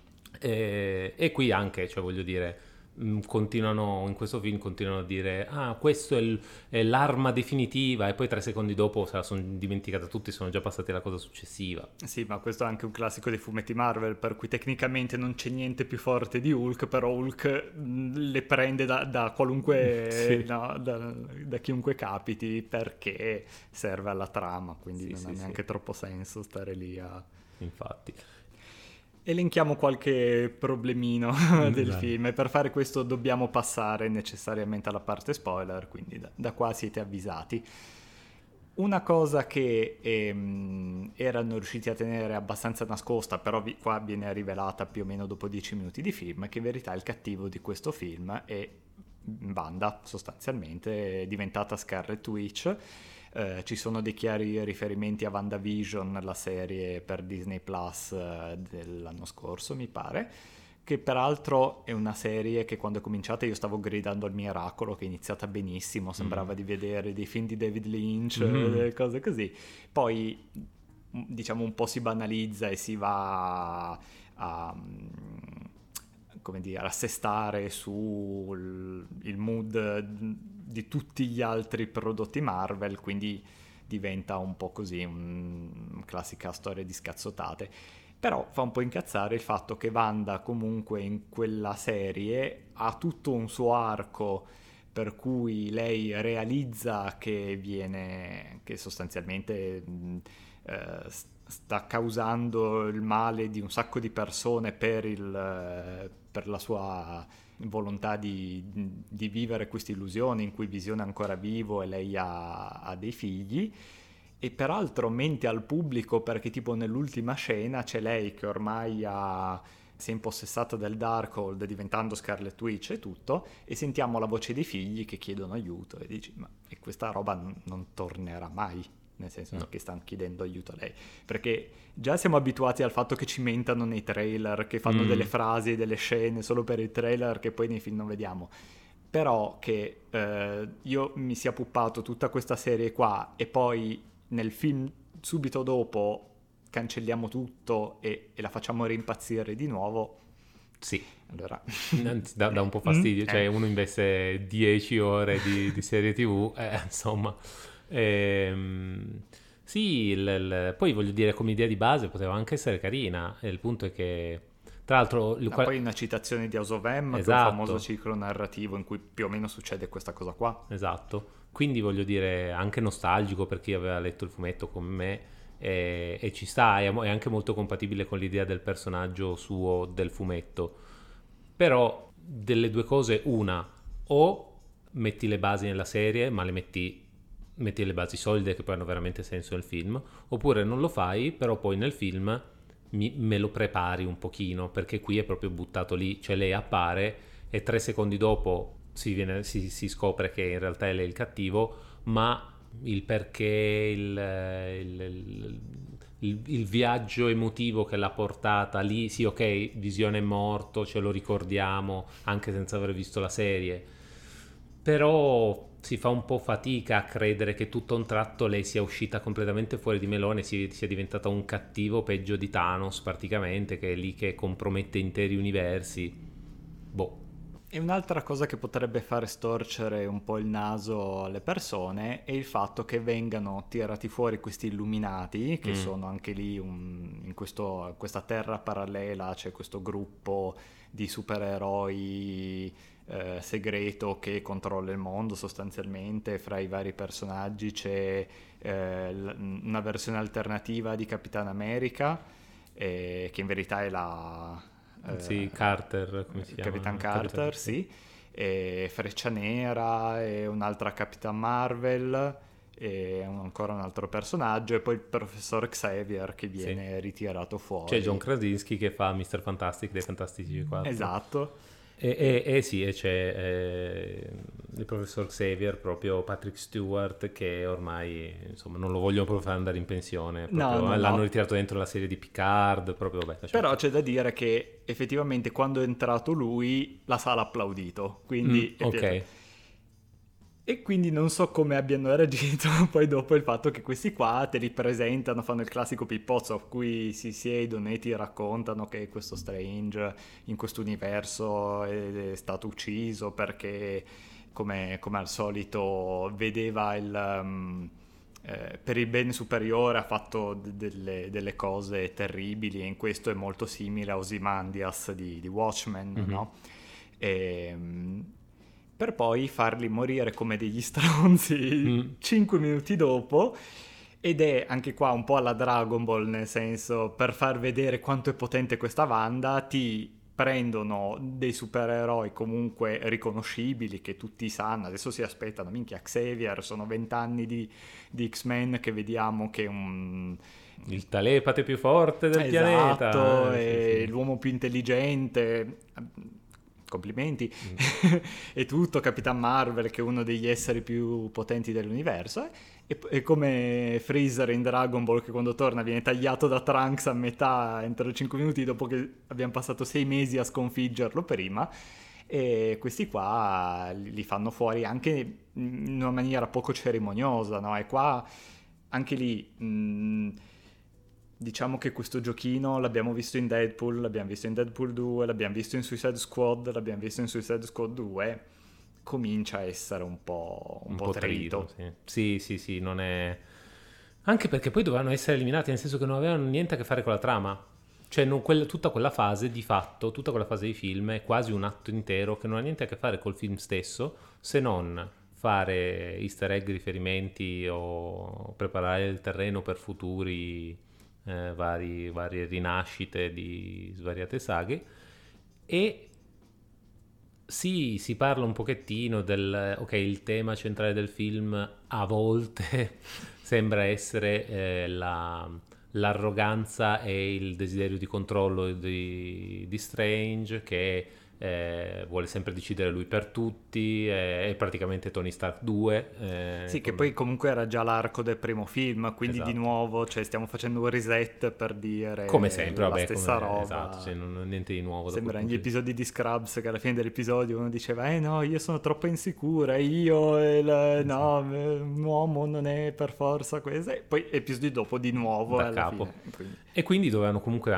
E, e qui anche, cioè voglio dire, mh, continuano in questo film continuano a dire ah, questo è, il- è l'arma definitiva, e poi tre secondi dopo se la sono dimenticata tutti, sono già passati alla cosa successiva. Sì, ma questo è anche un classico dei fumetti Marvel, per cui tecnicamente non c'è niente più forte di Hulk, però Hulk mh, le prende da, da qualunque, Sì. no, da, da chiunque capiti, perché serve alla trama, quindi Sì, non sì, ha neanche sì. troppo senso stare lì a... Infatti. Elenchiamo qualche problemino del Dai. film, e per fare questo dobbiamo passare necessariamente alla parte spoiler, quindi da, da qua siete avvisati. Una cosa che ehm, erano riusciti a tenere abbastanza nascosta, però vi- qua viene rivelata più o meno dopo dieci minuti di film, è che in verità il cattivo di questo film è Wanda, sostanzialmente, è diventata Scarlet Witch. Eh, ci sono dei chiari riferimenti a WandaVision, la serie per Disney Plus eh, dell'anno scorso, mi pare, che peraltro è una serie che quando è cominciata io stavo gridando al miracolo, che è iniziata benissimo, sembrava Mm. di vedere dei film di David Lynch, Mm. delle cose così. Poi diciamo un po' si banalizza e si va a, a come dire, assestare sul il mood di tutti gli altri prodotti Marvel, quindi diventa un po' così, un classica storia di scazzottate. Però fa un po' incazzare il fatto che Wanda comunque in quella serie ha tutto un suo arco per cui lei realizza che viene, che sostanzialmente mh, eh, sta causando il male di un sacco di persone per, il, eh, per la sua volontà di, di vivere questa illusione in cui Visione è ancora vivo e lei ha, ha dei figli. E peraltro mente al pubblico perché tipo nell'ultima scena c'è lei che ormai ha, si è impossessata del Darkhold diventando Scarlet Witch e tutto, e sentiamo la voce dei figli che chiedono aiuto e dici ma e questa roba non, non tornerà mai, nel senso No. che stanno chiedendo aiuto a lei, perché già siamo abituati al fatto che ci mentano nei trailer, che fanno Mm. delle frasi e delle scene solo per i trailer che poi nei film non vediamo. Però che eh, io mi sia puppato tutta questa serie qua e poi nel film subito dopo cancelliamo tutto e, e la facciamo rimpazzire di nuovo, Sì, allora anzi, dà, dà un po' Mm, fastidio, cioè eh. uno investe dieci ore di, di serie tivù, eh, insomma. Ehm, sì, il- il- poi voglio dire, come idea di base poteva anche essere carina, e il punto è che, tra l'altro, il Ma qual- poi una citazione di House of M, che è un famoso esatto, ciclo narrativo in cui più o meno succede questa cosa qua. esatto, quindi voglio dire, anche nostalgico per chi aveva letto il fumetto come me, e, e ci sta, è, è anche molto compatibile con l'idea del personaggio suo del fumetto. Però delle due cose, una, o metti le basi nella serie, ma le metti, metti le basi solide che poi hanno veramente senso nel film, oppure non lo fai, però poi nel film mi- me lo prepari un pochino, perché qui è proprio buttato lì, cioè lei appare e tre secondi dopo si, viene- si- si scopre che in realtà è lei il cattivo, ma il perché, il, il- il- il- il viaggio emotivo che l'ha portata lì, sì, ok, Visione è morto, ce lo ricordiamo anche senza aver visto la serie, però si fa un po' fatica a credere che tutto a un tratto lei sia uscita completamente fuori di melone, sia, sia diventata un cattivo peggio di Thanos praticamente, che è lì che compromette interi universi. Boh. E un'altra cosa che potrebbe fare storcere un po' il naso alle persone è il fatto che vengano tirati fuori questi illuminati, che Mm. sono anche lì un- in questo- questa terra parallela, c'è questo gruppo di supereroi eh, segreto che controlla il mondo sostanzialmente. Fra i vari personaggi c'è eh, l- una versione alternativa di Capitan America, eh, che in verità è la Sì, eh, Carter, come si chiama? Capitan Capitan- Carter, sì, e Freccia Nera e un'altra Capitan Marvel e un- ancora un altro personaggio, e poi il professor Xavier che Sì. viene ritirato fuori. C'è John Krasinski che fa mister Fantastic dei Fantastici quattro. Esatto. E, e, e sì, e c'è eh, il professor Xavier, proprio Patrick Stewart, che ormai insomma non lo vogliono proprio far andare in pensione, No, proprio, no, eh, l'hanno no. ritirato dentro la serie di Picard, proprio vabbè, lasciamo Però stare. c'è da dire che effettivamente quando è entrato lui la sala ha applaudito, Mm, quindi è ok. piaciuto. E quindi non so come abbiano reagito poi dopo il fatto che questi qua te li presentano, fanno il classico pippozzo a cui si siedono e ti raccontano che questo Strange in questo universo è, è stato ucciso perché come, come al solito vedeva il... um, eh, per il bene superiore ha fatto d- delle, delle cose terribili e in questo è molto simile a Ozymandias di, di Watchmen, Mhm. no? E, mm, per poi farli morire come degli stronzi Mm. cinque minuti dopo. Ed è anche qua un po' alla Dragon Ball, nel senso, per far vedere quanto è potente questa Wanda, ti prendono dei supereroi comunque riconoscibili che tutti sanno, adesso si aspettano, minchia, Xavier, sono vent'anni di, di X-Men che vediamo che è un... Il telepate più forte del Esatto, pianeta. Eh, sì, è sì. l'uomo più intelligente, complimenti, Mm. e tutto, Capitan Marvel che è uno degli esseri più potenti dell'universo, eh? E, e come Freezer in Dragon Ball che quando torna viene tagliato da Trunks a metà entro cinque minuti dopo che abbiamo passato sei mesi a sconfiggerlo prima, e questi qua li li fanno fuori anche in una maniera poco cerimoniosa, no? E qua anche lì mh, diciamo che questo giochino l'abbiamo visto in Deadpool, l'abbiamo visto in Deadpool due, l'abbiamo visto in Suicide Squad, l'abbiamo visto in Suicide Squad due, comincia a essere un po', un Un po' po' trito, trito. sì. Sì, sì, sì, non è... Anche perché poi dovevano essere eliminati, nel senso che non avevano niente a che fare con la trama. Cioè, non quel- tutta quella fase, di fatto, tutta quella fase di film è quasi un atto intero che non ha niente a che fare col film stesso, se non fare easter egg, riferimenti o preparare il terreno per futuri eh, vari- varie rinascite di svariate saghe. E sì, si parla un pochettino del, ok, il tema centrale del film a volte sembra essere eh, la- l'arroganza e il desiderio di controllo di, di Strange, che eh, vuole sempre decidere lui per tutti, è, è praticamente Tony Stark due. eh, Sì, che come- poi comunque era già l'arco del primo film, quindi di Esatto. nuovo, cioè, stiamo facendo un reset per Come dire sempre, la vabbè, stessa come, esatto, sì, roba. non, niente di nuovo da quel Sembra negli punto di vista. episodi di Scrubs che alla fine dell'episodio uno diceva eh no, io sono troppo insicura, io e il, Esatto. no, un uomo non è per forza questo. E poi episodi dopo di nuovo Da alla fine. capo. Quindi, E quindi dovevano comunque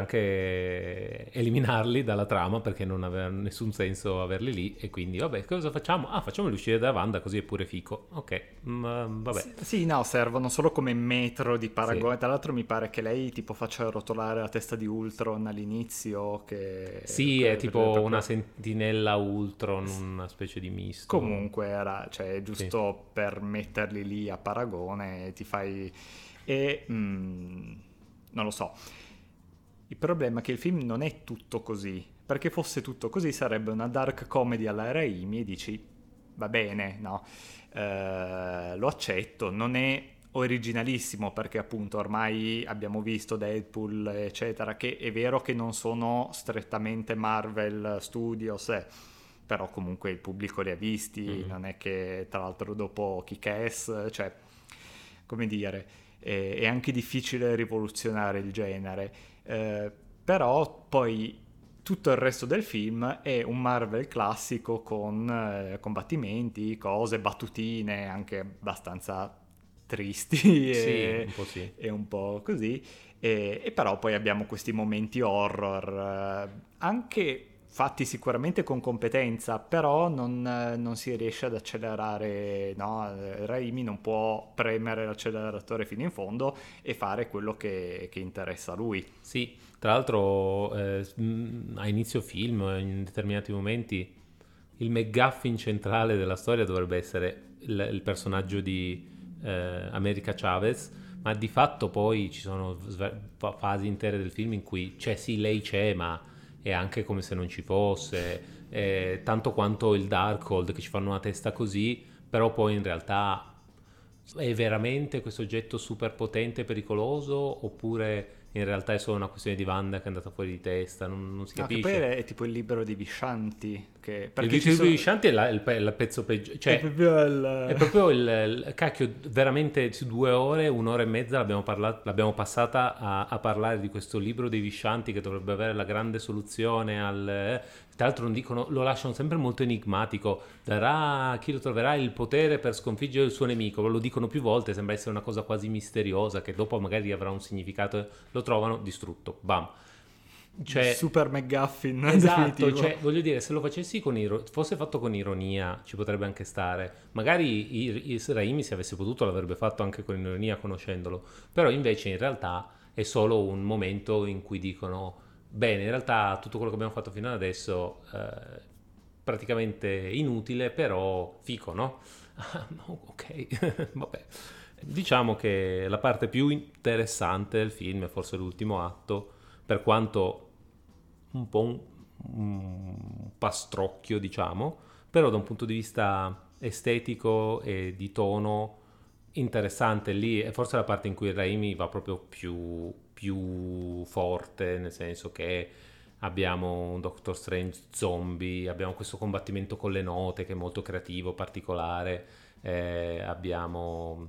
anche eliminarli dalla trama perché non aveva nessun senso averli lì. E quindi, vabbè, cosa facciamo? Ah, facciamoli uscire da Wanda così è pure fico. Ok, mm, vabbè. sì, sì, no, servono solo come metro di Sì, paragone. Tra l'altro mi pare che lei tipo faccia rotolare la testa di Ultron all'inizio, che sì, è per, per- tipo una per- sentinella Ultron, una specie di misto. comunque era, cioè, Sì. giusto per metterli lì a paragone, ti fai... E mm, non lo so. Il problema è che il film non è tutto così, perché fosse tutto così sarebbe una dark comedy alla Raimi e dici, va bene, no, eh, lo accetto, non è originalissimo perché appunto ormai abbiamo visto Deadpool eccetera, che è vero che non sono strettamente Marvel Studios, eh, però comunque il pubblico li ha visti, Mhm. non è che tra l'altro dopo Kick-Ass, cioè, come dire, è, è anche difficile rivoluzionare il genere. Eh, però poi tutto il resto del film è un Marvel classico con eh, combattimenti, cose, battutine anche abbastanza tristi Sì, e, un po' sì. e un po' così. E, e però poi abbiamo questi momenti horror, eh, anche fatti sicuramente con competenza, però non, eh, non si riesce ad accelerare, no? Eh, Raimi non può premere l'acceleratore fino in fondo e fare quello che, che interessa a lui. Sì, tra l'altro eh, mh, a inizio film, in determinati momenti, il McGuffin centrale della storia dovrebbe essere il, il personaggio di eh, America Chavez, ma di fatto poi ci sono sva- fa- fasi intere del film in cui c'è, sì, lei c'è, ma è anche come se non ci fosse, eh, tanto quanto il Darkhold che ci fanno una testa così, però poi in realtà è veramente questo oggetto super potente e pericoloso oppure in realtà è solo una questione di Wanda che è andata fuori di testa, non, non si No, che capisce. poi è, è tipo il libro di Viscianti. Che, Il perché video ci di sono... Shanti è la- il, pe- il pezzo peggiore, cioè È proprio il... è proprio il, il- cacchio, veramente su due ore, un'ora e mezza l'abbiamo, parla- l'abbiamo passata a, a parlare di questo libro dei Viscianti che dovrebbe avere la grande soluzione al... eh, tra l'altro non dicono, lo lasciano sempre molto enigmatico, darà, chi lo troverà il potere per sconfiggere il suo nemico, lo dicono più volte, sembra essere una cosa quasi misteriosa che dopo magari avrà un significato, lo trovano, distrutto, bam. Cioè, Super McGuffin, esatto, definitivo. cioè, voglio dire, se lo facessi con iro- fosse fatto con ironia, ci potrebbe anche stare. Magari i- i- Raimi, se avesse potuto, l'avrebbe fatto anche con ironia, conoscendolo. Però invece, in realtà, è solo un momento in cui dicono: bene, in realtà tutto quello che abbiamo fatto fino ad adesso è praticamente inutile, però fico, no? Ah, no, ok, vabbè. Diciamo che la parte più interessante del film è forse l'ultimo atto, per quanto un po' un, un pastrocchio, diciamo, però da un punto di vista estetico e di tono interessante. Lì è forse la parte in cui Raimi va proprio più, più forte, nel senso che abbiamo un Doctor Strange zombie, abbiamo questo combattimento con le note che è molto creativo, particolare, eh, abbiamo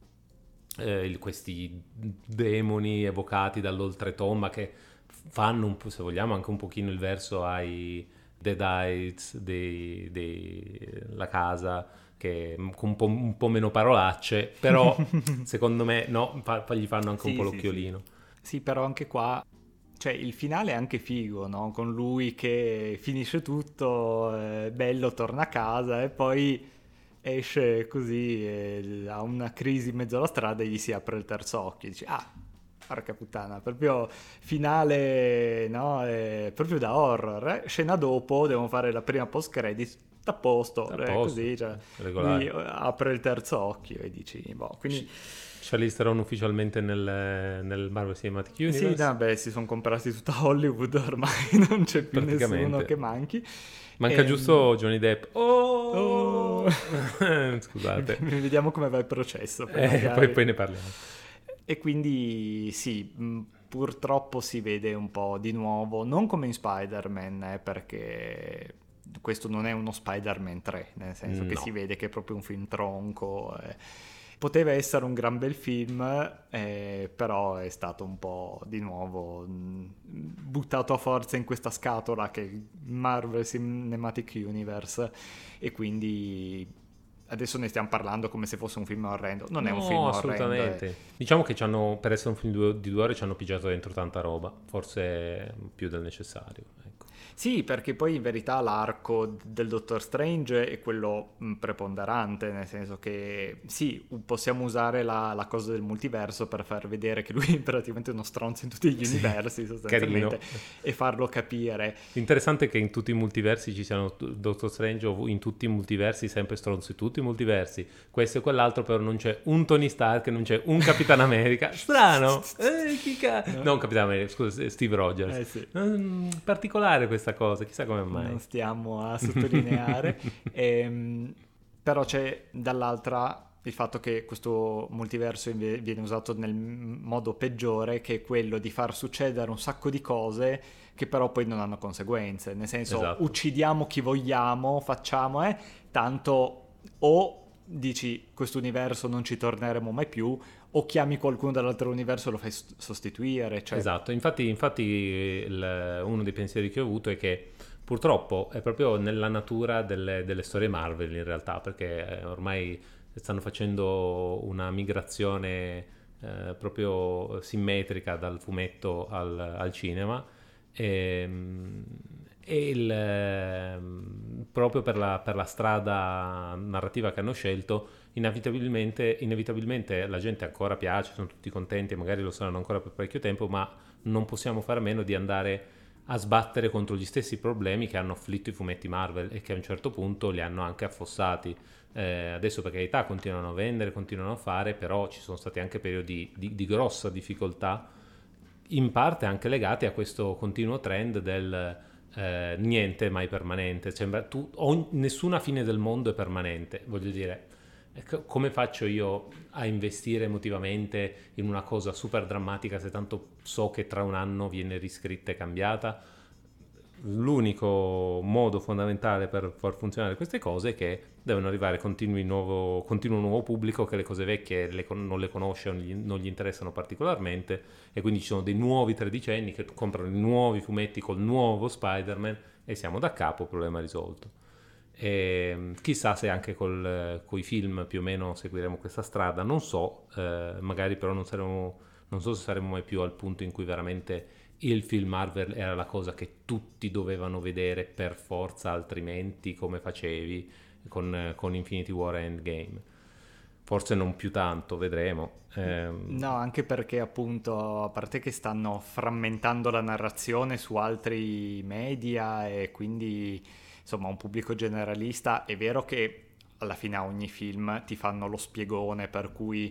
eh, il- questi demoni evocati dall'oltretomba che fanno, un po', se vogliamo, anche un pochino il verso ai Deadites dei, dei- la casa, che con un po', un po' meno parolacce, però secondo me no, fa- fa- gli fanno anche un Sì, po' sì, sì. l'occhiolino. Sì, però anche qua, cioè il finale è anche figo, no? Con lui che finisce tutto, è bello, torna a casa e poi esce così, e ha una crisi in mezzo alla strada e gli si apre il terzo occhio. Dici, ah, porca puttana, proprio finale, no? È proprio da horror. eh. Scena dopo, devono fare la prima post credit, a posto, A eh, posto, così, cioè, lui regolare. eh, apre il terzo occhio e dici, boh, quindi... Charlize Theron ufficialmente nel, nel Marvel Cinematic Sì, Universe, no, beh, si sono comprati tutta Hollywood ormai, non c'è più nessuno praticamente. che manchi. Manca Ehm, giusto Johnny Depp. Oh! oh, Scusate. vediamo come va il processo, poi Eh, poi, magari. poi ne parliamo. E quindi sì, mh, purtroppo si vede un po' di nuovo, non come in Spider-Man, eh, perché questo non è uno Spider-Man tre, nel senso che si No. vede che è proprio un film tronco. eh. Poteva essere un gran bel film, eh, però è stato un po' di nuovo mh, buttato a forza in questa scatola che è Marvel Cinematic Universe e quindi adesso ne stiamo parlando come se fosse un film orrendo. Non è un film No, orrendo, è... assolutamente. Diciamo che ci hanno, per essere un film due- di due ore ci hanno pigiato dentro tanta roba, forse più del necessario. Ecco. Sì, perché poi in verità l'arco del Dottor Strange è quello mh, preponderante, nel senso che sì, u- possiamo usare la, la cosa del multiverso per far vedere che lui è praticamente uno stronzo in tutti gli Sì, universi, sostanzialmente, carino. e farlo capire. Interessante che in tutti i multiversi ci siano Doctor Strange o in tutti i multiversi sempre stronzo in tutti i multiversi. Questo e quell'altro, però non c'è un Tony Stark, non c'è un Capitan America. Strano! Eh, chi ca- No. Non Capitan America, scusa, Steve Rogers. Eh sì. Mm, particolare questa cosa, chissà come mai. Non stiamo a sottolineare. Ehm, però c'è dall'altra il fatto che questo multiverso inve- viene usato nel m- modo peggiore, che è quello di far succedere un sacco di cose che però poi non hanno conseguenze. Nel senso, Esatto. uccidiamo chi vogliamo, facciamo, eh, tanto o dici questo universo non ci torneremo mai più, o chiami qualcuno dall'altro universo e lo fai s- sostituire. Cioè, Esatto, infatti, infatti il- uno dei pensieri che ho avuto è che purtroppo è proprio nella natura delle, delle storie Marvel in realtà, perché eh, ormai stanno facendo una migrazione eh, proprio simmetrica dal fumetto al, al cinema e, e il, ehm, proprio per la, per la strada narrativa che hanno scelto inevitabilmente, inevitabilmente la gente ancora piace, sono tutti contenti e magari lo saranno ancora per parecchio tempo, ma non possiamo fare a meno di andare a sbattere contro gli stessi problemi che hanno afflitto i fumetti Marvel e che a un certo punto li hanno anche affossati. Eh, adesso per carità continuano a vendere, continuano a fare, però ci sono stati anche periodi di, di grossa difficoltà, in parte anche legati a questo continuo trend del eh, niente è mai permanente. Sembra, tu, ogni- nessuna fine del mondo è permanente, voglio dire. come faccio io a investire emotivamente in una cosa super drammatica se tanto so che tra un anno viene riscritta e cambiata? L'unico modo fondamentale per far funzionare queste cose è che devono arrivare continui nuovo, continuo nuovo pubblico che le cose vecchie le, non le conosce, non gli, non gli interessano particolarmente, e quindi ci sono dei nuovi tredicenni che comprano i nuovi fumetti col nuovo Spider-Man e siamo da capo, problema risolto. E chissà se anche con i film più o meno seguiremo questa strada, non so, eh, magari però non saremo, non so se saremo mai più al punto in cui veramente il film Marvel era la cosa che tutti dovevano vedere per forza, altrimenti come facevi con, con Infinity War e Endgame. Forse non più tanto, vedremo. Eh, No, anche perché appunto, a parte che stanno frammentando la narrazione su altri media e quindi, insomma, un pubblico generalista, è vero che alla fine a ogni film ti fanno lo spiegone, per cui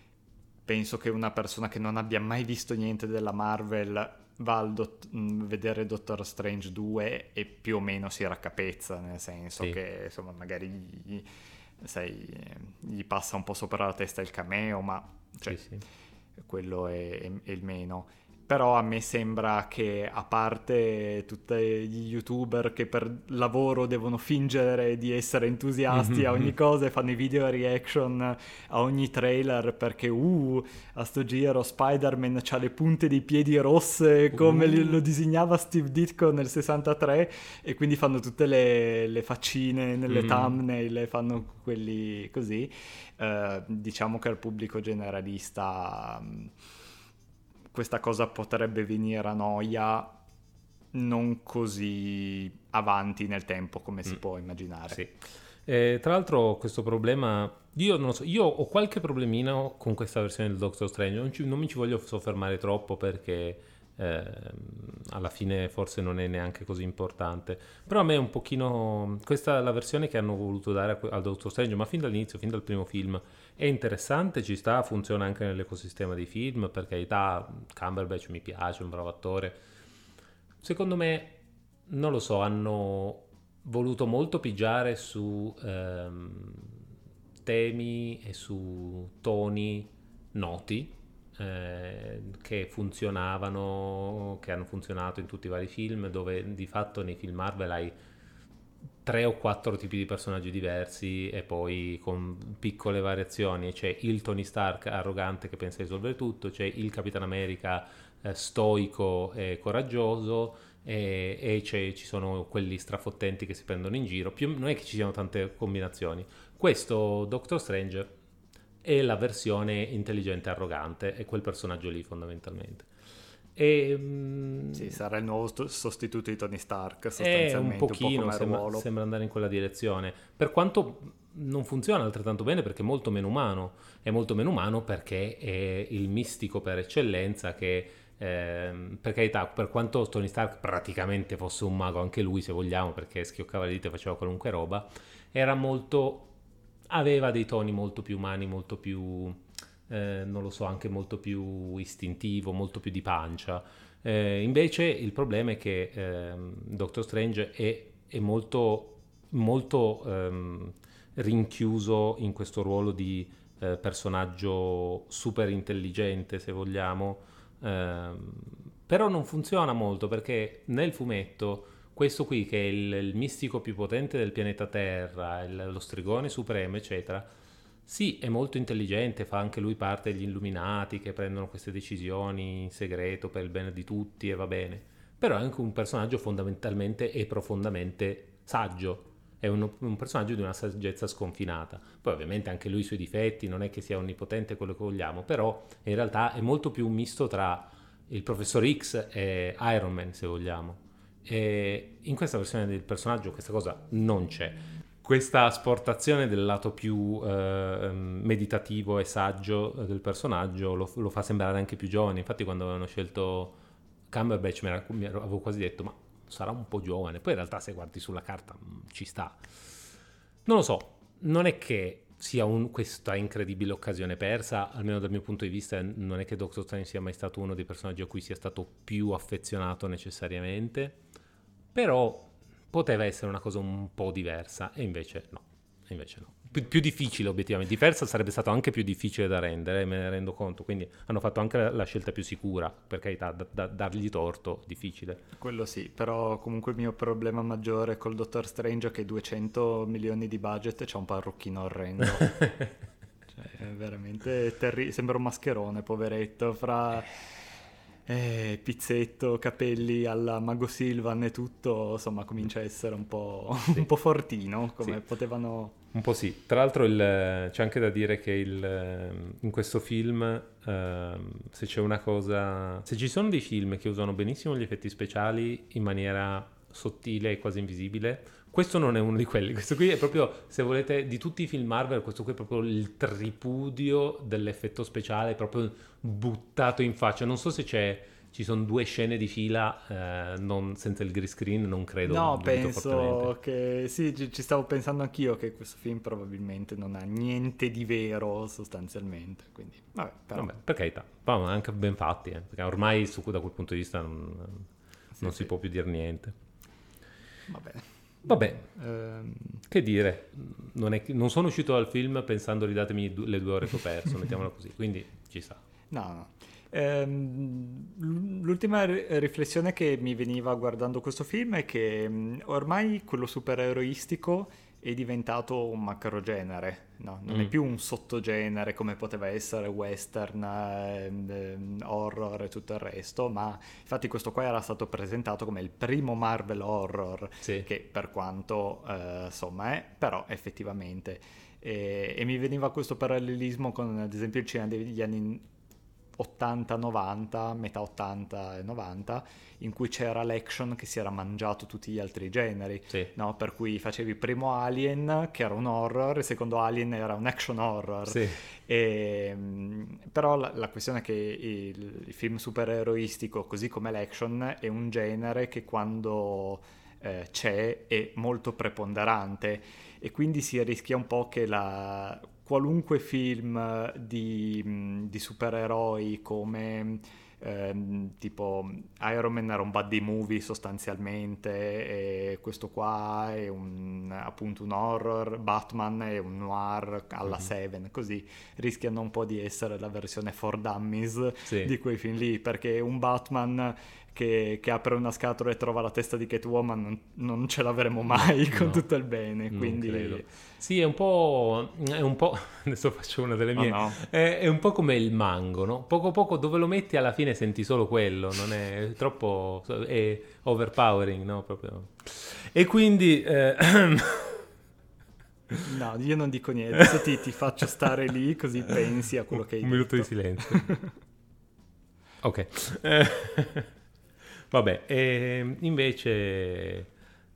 penso che una persona che non abbia mai visto niente della Marvel va a dott- vedere Doctor Strange due e più o meno si raccapezza, nel senso sì. che insomma magari gli, sai, gli passa un po' sopra la testa il cameo, ma cioè, sì, sì. quello è, è- è il meno. Però a me sembra che, a parte tutti gli youtuber che per lavoro devono fingere di essere entusiasti a ogni cosa e fanno i video reaction a ogni trailer perché uh, a sto giro Spider-Man c'ha le punte dei piedi rosse come Uh. lo disegnava Steve Ditko nel sessantatré, e quindi fanno tutte le, le faccine nelle Mhm. thumbnail e fanno quelli così. Eh, diciamo che al pubblico generalista mh, questa cosa potrebbe venire a noia non così avanti nel tempo come si Mm. può immaginare. Sì. Eh, tra l'altro questo problema, io non so, io ho qualche problemino con questa versione del Doctor Strange, non, ci- non mi ci voglio soffermare troppo perché ehm, alla fine forse non è neanche così importante, però a me è un pochino, questa è la versione che hanno voluto dare a que- al Doctor Strange, ma fin dall'inizio, fin dal primo film, è interessante, ci sta, funziona anche nell'ecosistema dei film, per carità, Cumberbatch mi piace, è un bravo attore. Secondo me, non lo so, hanno voluto molto pigiare su ehm, temi e su toni noti eh, che funzionavano, che hanno funzionato in tutti i vari film, dove di fatto nei film Marvel hai tre o quattro tipi di personaggi diversi e poi con piccole variazioni. C'è il Tony Stark arrogante che pensa di risolvere tutto, c'è il Capitan America eh, stoico e coraggioso, e, e c'è- ci sono quelli strafottenti che si prendono in giro. Più, non è che ci siano tante combinazioni. Questo Doctor Strange è la versione intelligente e arrogante, è quel personaggio lì fondamentalmente. E, mm, Sì, sarà il nuovo sto- sostituto di Tony Stark è un sostanzialmente, un po' pochino, come sembra, ruolo. sembra andare in quella direzione. Per quanto non funziona altrettanto bene perché è molto meno umano. È molto meno umano perché è il mistico per eccellenza che, ehm, per carità, per quanto Tony Stark praticamente fosse un mago anche lui, se vogliamo, perché schioccava le dita e faceva qualunque roba, era molto... aveva dei toni molto più umani, molto più... eh, non lo so, anche molto più istintivo, molto più di pancia. Eh, invece il problema è che ehm, Doctor Strange è, è molto, molto ehm, rinchiuso in questo ruolo di eh, personaggio super intelligente, se vogliamo, ehm, però non funziona molto perché nel fumetto questo qui, che è il, il mistico più potente del pianeta Terra, il- lo stregone supremo, eccetera, sì, è molto intelligente, fa anche lui parte degli illuminati che prendono queste decisioni in segreto per il bene di tutti e va bene. Però è anche un personaggio fondamentalmente e profondamente saggio. È un, un personaggio di una saggezza sconfinata. Poi ovviamente anche lui ha i suoi difetti, non è che sia onnipotente quello che vogliamo, però in realtà è molto più un misto tra il professor X e Iron Man, se vogliamo. E in questa versione del personaggio questa cosa non c'è. Questa asportazione del lato più eh, meditativo e saggio del personaggio lo, lo fa sembrare anche più giovane. Infatti, quando avevano scelto Cumberbatch, mi, era- mi ero- avevo quasi detto: ma sarà un po' giovane. Poi, in realtà, se guardi sulla carta, mh, ci sta. Non lo so, non è che sia un- questa incredibile occasione persa, almeno dal mio punto di vista. Non è che Doctor Strange sia mai stato uno dei personaggi a cui sia stato più affezionato necessariamente, però poteva essere una cosa un po' diversa e invece no, e invece no. più, più difficile obiettivamente. Diversa sarebbe stato anche più difficile da rendere, me ne rendo conto, quindi hanno fatto anche la, la scelta più sicura, per carità, da, da, dargli torto, difficile. Quello sì, però comunque il mio problema maggiore col Doctor Strange è che duecento milioni di budget c'è un parrucchino orrendo. Cioè, è veramente terribile, sembra un mascherone, poveretto, fra eh, pizzetto, capelli alla Mago Silvan e tutto, insomma comincia a essere un po', Sì. un po' fortino, come Sì. potevano... Un po' sì. Tra l'altro il- c'è anche da dire che il, in questo film, ehm, se c'è una cosa... Se ci sono dei film che usano benissimo gli effetti speciali in maniera sottile e quasi invisibile, questo non è uno di quelli. Questo qui è proprio, se volete, di tutti i film Marvel, questo qui è proprio il tripudio dell'effetto speciale, proprio buttato in faccia. Non so se c'è... Ci sono due scene di fila, eh, non, senza il green screen, non credo, No, dubito penso fortemente. che sì, ci ci stavo pensando anch'io che questo film probabilmente non ha niente di vero sostanzialmente, quindi vabbè, però Vabbè, per carità, ma anche ben fatti, eh, perché ormai su, da quel punto di vista non, sì, non si sì, può più dire niente. va bene. Vabbè, Ehm, che dire, non, è che- non sono uscito dal film pensando ridatemi du- le due ore che ho perso, mettiamola così, quindi ci sta. no, no. Ehm, l- l'ultima ri- riflessione che mi veniva guardando questo film è che mh, ormai quello supereroistico è diventato un macrogenere, no? Non è Mm, più un sottogenere come poteva essere western, ehm, ehm, horror e tutto il resto, ma infatti questo qua era stato presentato come il primo Marvel horror, sì, che per quanto eh, insomma è, però effettivamente. E, e mi veniva questo parallelismo con ad esempio il cinema degli anni ottanta novanta, metà ottanta e novanta, in cui c'era l'action che si era mangiato tutti gli altri generi, sì, no? Per cui facevi primo Alien, che era un horror, il secondo Alien era un action horror. sì, E, mh, però la, la questione è che il, il film supereroistico, così come l'action, è un genere che quando eh, c'è è molto preponderante e quindi si rischia un po' che la, qualunque film di, mh, di supereroi come ehm, tipo Iron Man era un buddy movie sostanzialmente e questo qua è un, appunto un horror, Batman è un noir alla mhm, Seven, così rischiano un po' di essere la versione for dummies sì, di quei film lì, perché un Batman che, che apre una scatola e trova la testa di Catwoman non, non ce l'avremo no, mai con no, tutto il bene, non credo. quindi... Sì, è un po', è un po', adesso faccio una delle Oh mie, no. è, è un po' come il mango, no? Poco poco dove lo metti alla fine senti solo quello, non è troppo, è overpowering, no? Proprio. E quindi, eh, No, io non dico niente, adesso ti, ti faccio stare lì così pensi a quello che hai un minuto di detto. silenzio. Ok. Eh, vabbè, e invece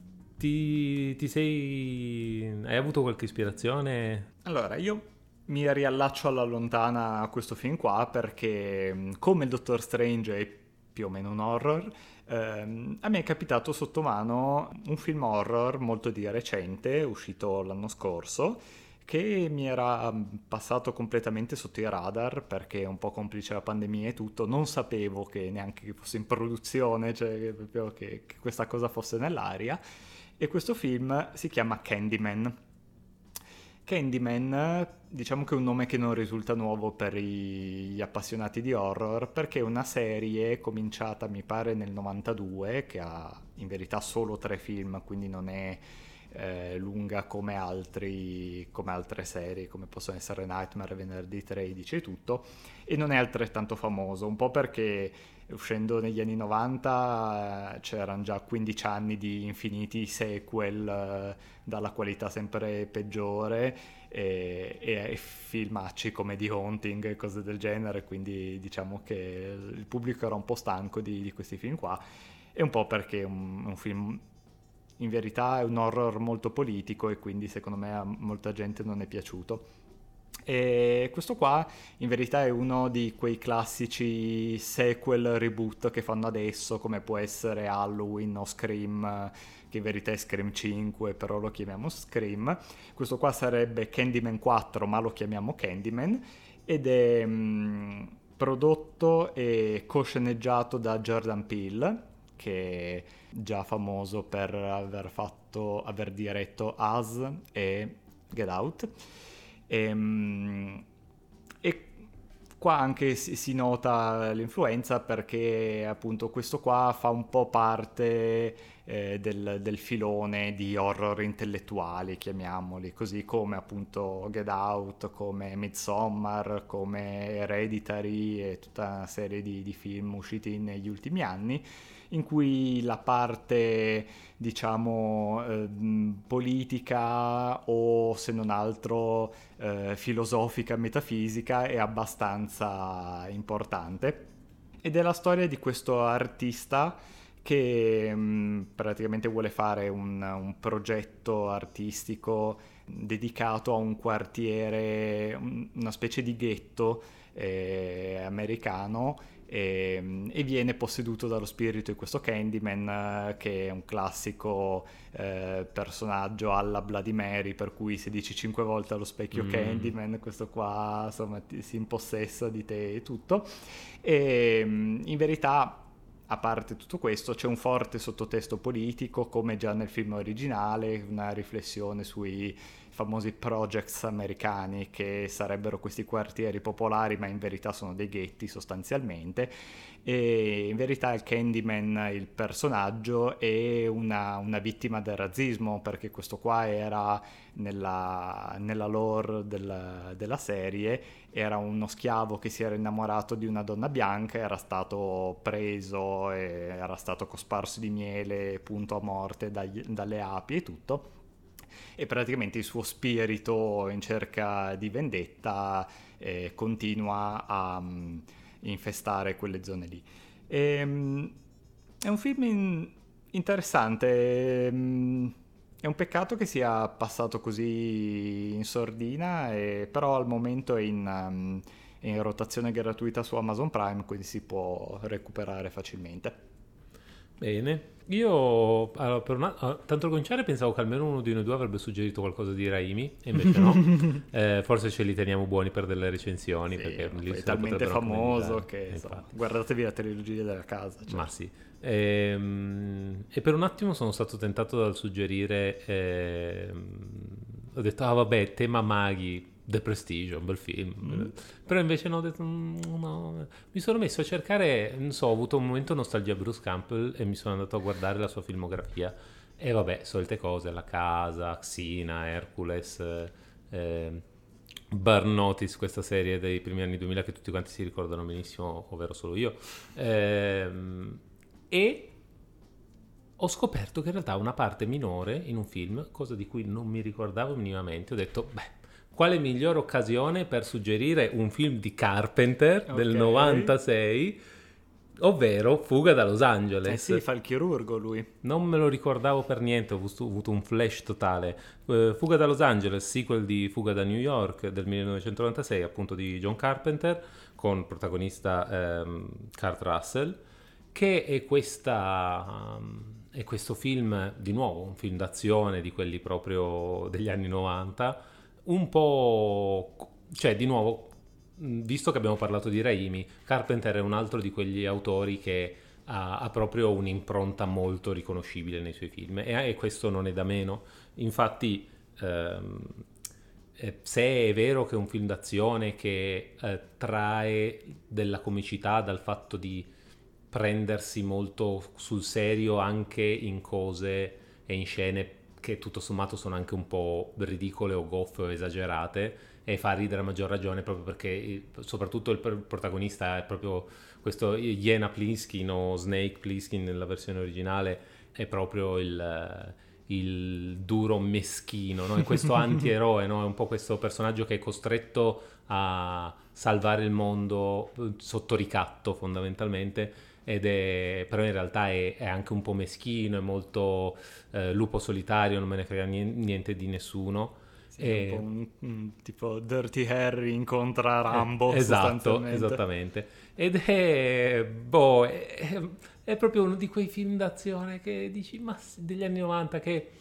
ti, ti sei... hai avuto qualche ispirazione? Allora, io mi riallaccio alla lontana a questo film qua perché, mh, come il Dottor Strange è più o meno un horror, ehm, a me è capitato sotto mano un film horror molto di recente, uscito l'anno scorso, che mi era mh, passato completamente sotto i radar perché un po' complice la pandemia e tutto, non sapevo che neanche che fosse in produzione, cioè che proprio che, che questa cosa fosse nell'aria. E questo film si chiama Candyman. Candyman, diciamo che è un nome che non risulta nuovo per i- gli appassionati di horror, perché è una serie cominciata, mi pare, nel novantadue, che ha in verità solo tre film, quindi non è eh, lunga come, altri, come altre serie, come possono essere Nightmare, Venerdì tredici e tutto, e non è altrettanto famoso, un po' perché uscendo negli anni novanta eh, c'erano già quindici anni di infiniti sequel eh, dalla qualità sempre peggiore e, e filmacci come The Haunting e cose del genere, quindi diciamo che il pubblico era un po' stanco di, di questi film qua e un po' perché è un, un film in verità è un horror molto politico e quindi secondo me a molta gente non è piaciuto. E questo qua in verità è uno di quei classici sequel reboot che fanno adesso, come può essere Halloween o Scream, che in verità è Scream cinque, però lo chiamiamo Scream. Questo qua sarebbe Candyman quattro, ma lo chiamiamo Candyman, ed è mh, prodotto e co-sceneggiato da Jordan Peele, che è già famoso per aver fatto, aver diretto Us e Get Out. E, e qua anche si, si nota l'influenza perché appunto questo qua fa un po' parte eh, del, del filone di horror intellettuali, chiamiamoli così, come appunto Get Out, come Midsommar, come Hereditary e tutta una serie di, di film usciti negli ultimi anni, in cui la parte diciamo eh, politica o se non altro eh, filosofica, metafisica è abbastanza importante. Ed è la storia di questo artista che mh, praticamente vuole fare un, un progetto artistico dedicato a un quartiere, un- una specie di ghetto eh, americano e, e viene posseduto dallo spirito di questo Candyman, eh, che è un classico eh, personaggio alla Bloody Mary, per cui se dici cinque volte allo specchio Mm. Candyman, questo qua insomma ti- si impossessa di te e tutto. E mh, in verità, a parte tutto questo, c'è un forte sottotesto politico, come già nel film originale, una riflessione sui famosi projects americani, che sarebbero questi quartieri popolari, ma in verità sono dei ghetti sostanzialmente. E in verità il Candyman, il personaggio, è una, una vittima del razzismo, perché questo qua era nella, nella lore del- della serie, era uno schiavo che si era innamorato di una donna bianca, era stato preso e era stato cosparso di miele, punto a morte dagli- dalle api e tutto. E praticamente il suo spirito in cerca di vendetta eh, continua a mm, infestare quelle zone lì. Ehm, è un film in- interessante. ehm, È un peccato che sia passato così in sordina, e- però al momento è in, um, è in rotazione gratuita su Amazon Prime, quindi si può recuperare facilmente. Bene. Io, allora, per una- ah, tanto a cominciare pensavo che almeno uno di noi due avrebbe suggerito qualcosa di Raimi, e invece no. Eh, forse ce li teniamo buoni per delle recensioni, Sì, perché ma lì poi è se lo talmente potrebbero anche famoso mangiare. che Eh, insomma, infatti. guardatevi la trilogia della casa. Ma Cioè. sì. Ehm, E, per un attimo sono stato tentato dal suggerire, ehm, ho detto, ah vabbè, tema maghi, The Prestige, è un bel film. Mm. Però invece no, ho detto, "Mm, no." Mi sono messo a cercare, non so, ho avuto un momento nostalgia Bruce Campbell e mi sono andato a guardare la sua filmografia. E vabbè, solite cose, La Casa, Xena, Hercules, eh, Burn Notice, questa serie dei primi anni duemila che tutti quanti si ricordano benissimo, ovvero solo io. Ehm, e ho scoperto che in realtà una parte minore in un film, cosa di cui non mi ricordavo minimamente, ho detto, beh, quale migliore occasione per suggerire un film di Carpenter del Ok. novantasei, ovvero Fuga da Los Eh sì, Angeles. fa il chirurgo lui. Non me lo ricordavo per niente, ho avuto, ho avuto un flash totale. Eh, Fuga da Los Angeles, sequel di Fuga da New York del millenovecentonovantasei, appunto di John Carpenter, con protagonista ehm, Kurt Russell, che è, questa, um, è questo film, di nuovo, un film d'azione di quelli proprio degli anni novanta, un po', cioè di nuovo, mh, visto che abbiamo parlato di Raimi, Carpenter è un altro di quegli autori che ha, ha proprio un'impronta molto riconoscibile nei suoi film, e, e questo non è da meno. Infatti, ehm, eh, se è vero che è un film d'azione che eh, trae della comicità dal fatto di prendersi molto sul serio anche in cose e in scene che tutto sommato sono anche un po' ridicole o goffe o esagerate, e fa ridere a maggior ragione proprio perché il- soprattutto il pr- protagonista è proprio questo Iena Pliskin o Snake Plissken nella versione originale, è proprio il, il duro meschino, no? È questo antieroe, no? È un po' questo personaggio che è costretto a salvare il mondo eh, sotto ricatto fondamentalmente, ed è, però in realtà è, è anche un po' meschino, è molto eh, lupo solitario, non me ne frega nien- niente di nessuno. Sì, è un po' E, un, un tipo Dirty Harry incontra eh, Rambo esatto, sostanzialmente. esattamente. Ed è, boh, è, è proprio uno di quei film d'azione che dici, ma sì, degli anni novanta che,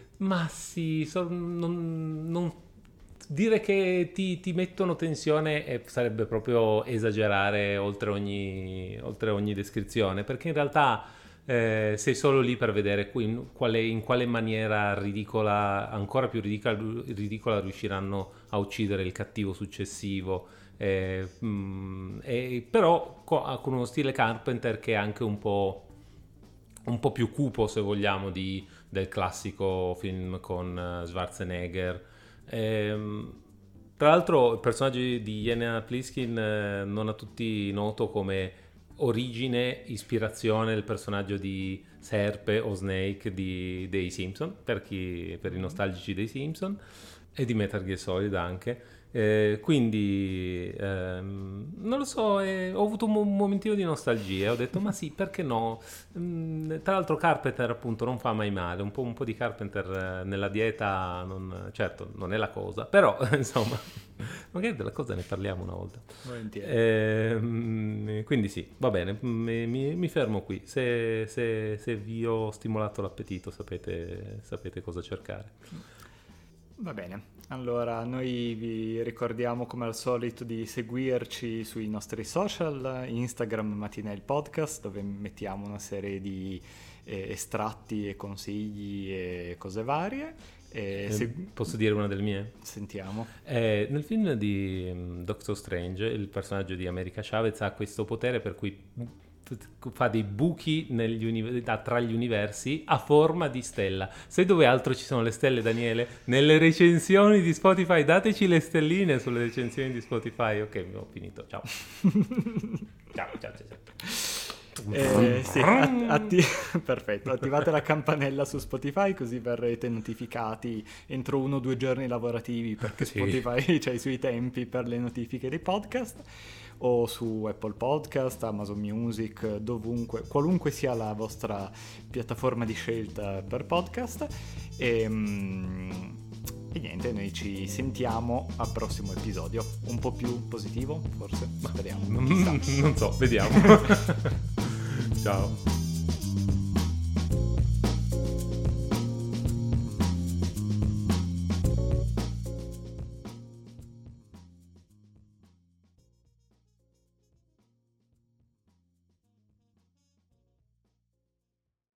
ma sì, so- non, non- dire che ti, ti mettono tensione eh, sarebbe proprio esagerare oltre ogni, oltre ogni descrizione, perché in realtà eh, sei solo lì per vedere in quale, in quale maniera ridicola, ancora più ridicola, ridicola riusciranno a uccidere il cattivo successivo. Eh, mh, eh, però co- con uno stile Carpenter che è anche un po', un po' più cupo, se vogliamo, di, del classico film con uh, Schwarzenegger. Eh, tra l'altro il personaggio di Jenna Pliskin eh, non a tutti noto come origine, ispirazione del personaggio di Serpe o Snake di, dei Simpson, per, chi, per i nostalgici dei Simpson, e di Metal Gear Solid anche. Eh, quindi ehm, non lo so, eh, ho avuto un, mo- un momentino di nostalgia, ho detto ma sì, perché no. Mm, tra l'altro Carpenter appunto non fa mai male, un po', un po' di Carpenter eh, nella dieta non, certo non è la cosa, però insomma magari della cosa ne parliamo una volta. Eh, quindi sì, va bene, mi, mi, mi fermo qui. Se, se, se vi ho stimolato l'appetito sapete, sapete cosa cercare. Va bene, allora noi vi ricordiamo come al solito di seguirci sui nostri social, Instagram Mattinelli Podcast, dove mettiamo una serie di eh, estratti e consigli e cose varie. E se... Posso dire una delle mie? Sentiamo. Eh, nel film di um, Doctor Strange il personaggio di America Chavez ha questo potere per cui fa dei buchi negli uni- tra gli universi a forma di stella. Sai dove altro ci sono le stelle, Daniele? Nelle recensioni di Spotify. Dateci le stelline sulle recensioni di Spotify. Ok, ho finito. Ciao. ciao, ciao, ciao, ciao. Eh, sì, atti- perfetto, attivate la campanella su Spotify così verrete notificati entro uno o due giorni lavorativi, perché sì. Spotify c'ha i suoi tempi per le notifiche dei podcast, o su Apple Podcast, Amazon Music, dovunque, qualunque sia la vostra piattaforma di scelta per podcast. E, mm, e niente, noi ci sentiamo al prossimo episodio, un po' più positivo forse, speriamo. Non so, vediamo. Ciao.